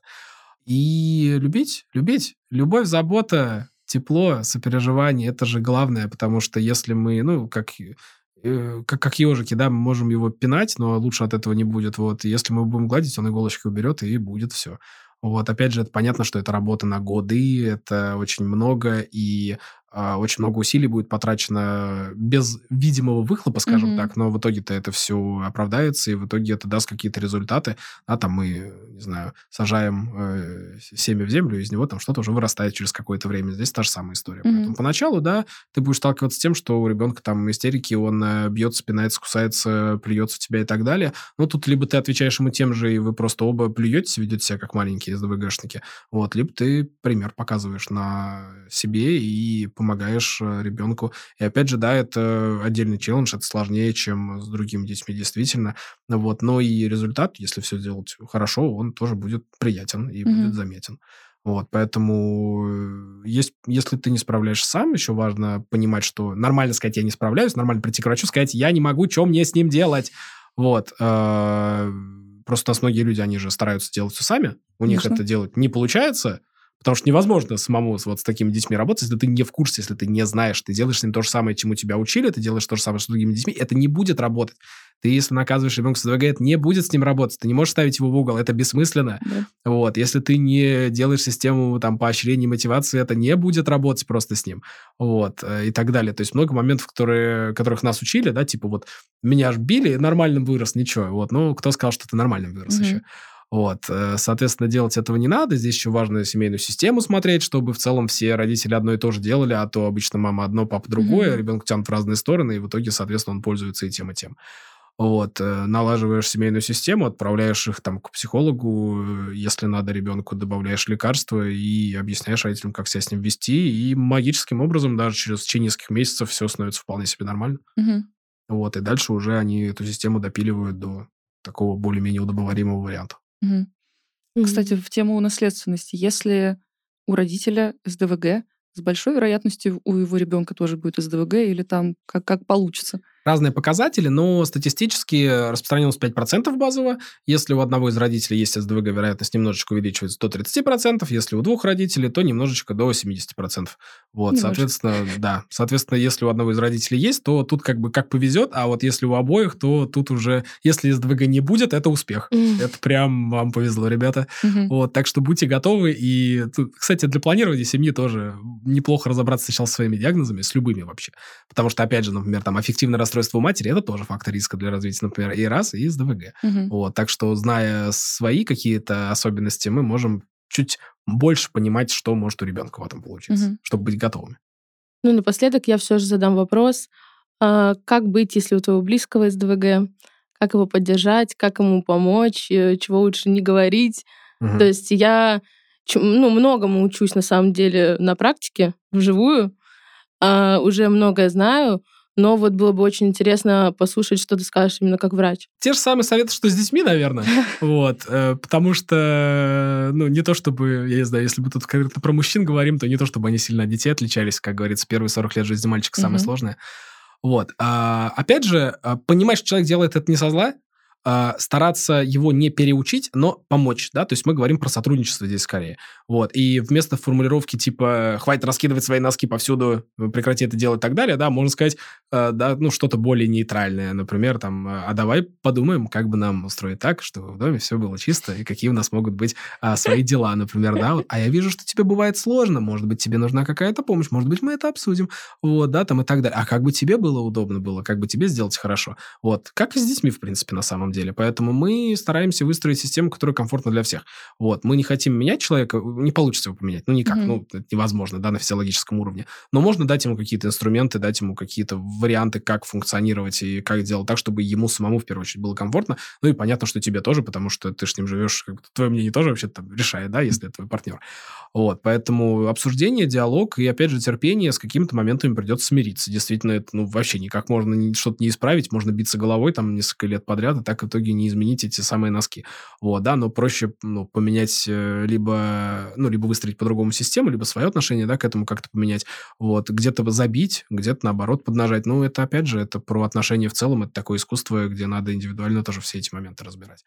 И любить. Любовь, забота, тепло, сопереживание — это же главное, потому что если мы, как ежики, да, мы можем его пинать, но лучше от этого не будет. Вот. И если мы будем гладить, он иголочкой уберет, и будет все. Вот. Опять же, это понятно, что это работа на годы, это очень много, и очень много усилий будет потрачено без видимого выхлопа, скажем так, но в итоге-то это все оправдается, и в итоге это даст какие-то результаты. Там мы, не знаю, сажаем семя в землю, и из него там что-то уже вырастает через какое-то время. Здесь та же самая история. Поэтому поначалу, да, ты будешь сталкиваться с тем, что у ребенка там истерики, он бьется, пинается, кусается, плюется в тебя и так далее. Но тут либо ты отвечаешь ему тем же, и вы просто оба плюетесь, ведете себя как маленькие СДВГшники, либо ты пример показываешь на себе и помогаешь ребенку. И опять же, да, это отдельный челлендж, это сложнее, чем с другими детьми, действительно. Но и результат, если все делать хорошо, он тоже будет приятен и будет заметен. Поэтому если ты не справляешься сам, еще важно понимать, что нормально сказать, я не справляюсь, нормально прийти к врачу, сказать, я не могу, что мне с ним делать? Просто у нас многие люди, они же стараются делать все сами, у них это делать не получается, потому что невозможно самому с такими детьми работать, если ты не в курсе, если ты не знаешь, ты делаешь с ним то же самое, чему тебя учили, ты делаешь то же самое с другими детьми, это не будет работать. Ты, если наказываешь ребенка с СДВГ, это не будет с ним работать, ты не можешь ставить его в угол, это бессмысленно. Да. Если ты не делаешь систему поощрения и мотивации, это не будет работать просто с ним. И так далее. То есть много моментов, которых нас учили, да, меня ж били, нормально вырос, ничего. Кто сказал, что ты нормально вырос еще? Соответственно, делать этого не надо. Здесь еще важно семейную систему смотреть, чтобы в целом все родители одно и то же делали, а то обычно мама одно, папа другое, ребенок тянут в разные стороны, и в итоге, соответственно, он пользуется и тем, и тем. Налаживаешь семейную систему, отправляешь их к психологу, если надо ребенку, добавляешь лекарства и объясняешь родителям, как себя с ним вести, и магическим образом даже в течение нескольких месяцев все становится вполне себе нормально. И дальше уже они эту систему допиливают до такого более-менее удобоваримого варианта. Кстати, в тему наследственности. Если у родителя СДВГ, с большой вероятностью у его ребенка тоже будет СДВГ, или там как получится? Разные показатели, но статистически распространенность 5% базово. Если у одного из родителей есть СДВГ, вероятность немножечко увеличивается до 30%. Если у двух родителей, то немножечко до 70%. Соответственно, если у одного из родителей есть, то тут как повезет, а если у обоих, то тут уже, если СДВГ не будет, это успех. Это прям вам повезло, ребята. Так что будьте готовы. И, кстати, для планирования семьи тоже неплохо разобраться сначала со своими диагнозами, с любыми вообще. Потому что, опять же, например, аффективное расстройство у матери, это тоже фактор риска для развития, например, ИРАС и СДВГ. Так что, зная свои какие-то особенности, мы можем чуть больше понимать, что может у ребенка в этом получиться, чтобы быть готовыми. Напоследок я все же задам вопрос. Как быть, если у твоего близкого СДВГ? Как его поддержать? Как ему помочь? Чего лучше не говорить? То есть я многому учусь, на самом деле, на практике, вживую. Уже многое знаю, но было бы очень интересно послушать, что ты скажешь именно как врач. Те же самые советы, что с детьми, наверное. Потому что, не то чтобы, я не знаю, если мы тут конкретно про мужчин говорим, то не то чтобы они сильно от детей отличались. Как говорится, первые 40 лет жизни мальчика самое сложное. Опять же, понимать, что человек делает это не со зла, стараться его не переучить, но помочь, да, то есть мы говорим про сотрудничество здесь скорее. И вместо формулировки типа «хватит раскидывать свои носки повсюду, прекрати это делать» и так далее, да, можно сказать, что-то более нейтральное, например, а давай подумаем, как бы нам устроить так, чтобы в доме все было чисто, и какие у нас могут быть свои дела, например, да, а я вижу, что тебе бывает сложно, может быть, тебе нужна какая-то помощь, может быть, мы это обсудим, и так далее. А как бы тебе было удобно было, как бы тебе сделать хорошо, как и с детьми, в принципе, на самом деле. Поэтому мы стараемся выстроить систему, которая комфортна для всех. Мы не хотим менять человека, не получится его поменять, никак, это невозможно, да, на физиологическом уровне. Но можно дать ему какие-то инструменты, дать ему какие-то варианты, как функционировать и как делать так, чтобы ему самому, в первую очередь, было комфортно. И понятно, что тебе тоже, потому что ты с ним живешь, твое мнение тоже вообще-то решает, да, если это твой партнер. Поэтому обсуждение, диалог и, опять же, терпение, с какими-то моментами придется смириться. Действительно, это, вообще никак можно что-то не исправить, можно биться головой несколько лет подряд, и так в итоге не изменить эти самые носки. Но проще, поменять либо выстроить по-другому систему, либо свое отношение, да, к этому как-то поменять. Где-то забить, где-то, наоборот, поднажать. Это, опять же, это про отношения в целом, это такое искусство, где надо индивидуально тоже все эти моменты разбирать.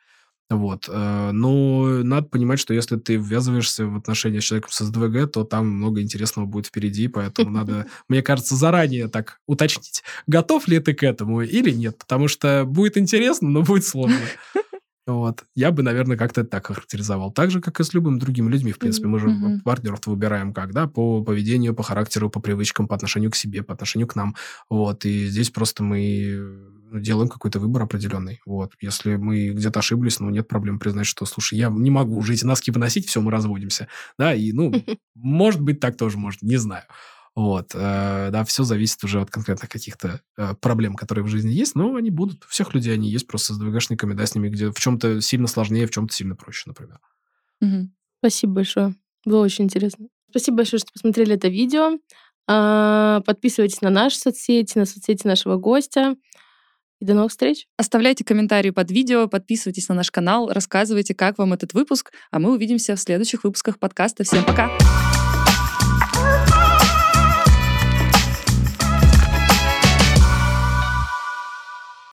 Но надо понимать, что если ты ввязываешься в отношения с человеком с СДВГ, то там много интересного будет впереди, поэтому надо, мне кажется, заранее так уточнить, готов ли ты к этому или нет, потому что будет интересно, но будет сложно. Вот. Я бы, наверное, как-то это так характеризовал. Так же, как и с любыми другими людьми, в принципе. Мы же партнеров выбираем как, да, по поведению, по характеру, по привычкам, по отношению к себе, по отношению к нам. Вот. И здесь просто мы делаем какой-то выбор определенный. Вот. Если мы где-то ошиблись, нет проблем признать, что, слушай, я не могу уже эти носки выносить, все, мы разводимся. Да, и, может быть, так тоже может, не знаю. Вот, да, все зависит уже от конкретных каких-то проблем, которые в жизни есть, но они будут. У всех людей они есть, просто с ДВГшниками, да, с ними, где в чем-то сильно сложнее, в чем-то сильно проще, например. Спасибо большое. Было очень интересно. Спасибо большое, что посмотрели это видео. Подписывайтесь на наши соцсети, на соцсети нашего гостя. И до новых встреч. Оставляйте комментарии под видео, подписывайтесь на наш канал, рассказывайте, как вам этот выпуск, а мы увидимся в следующих выпусках подкаста. Всем пока!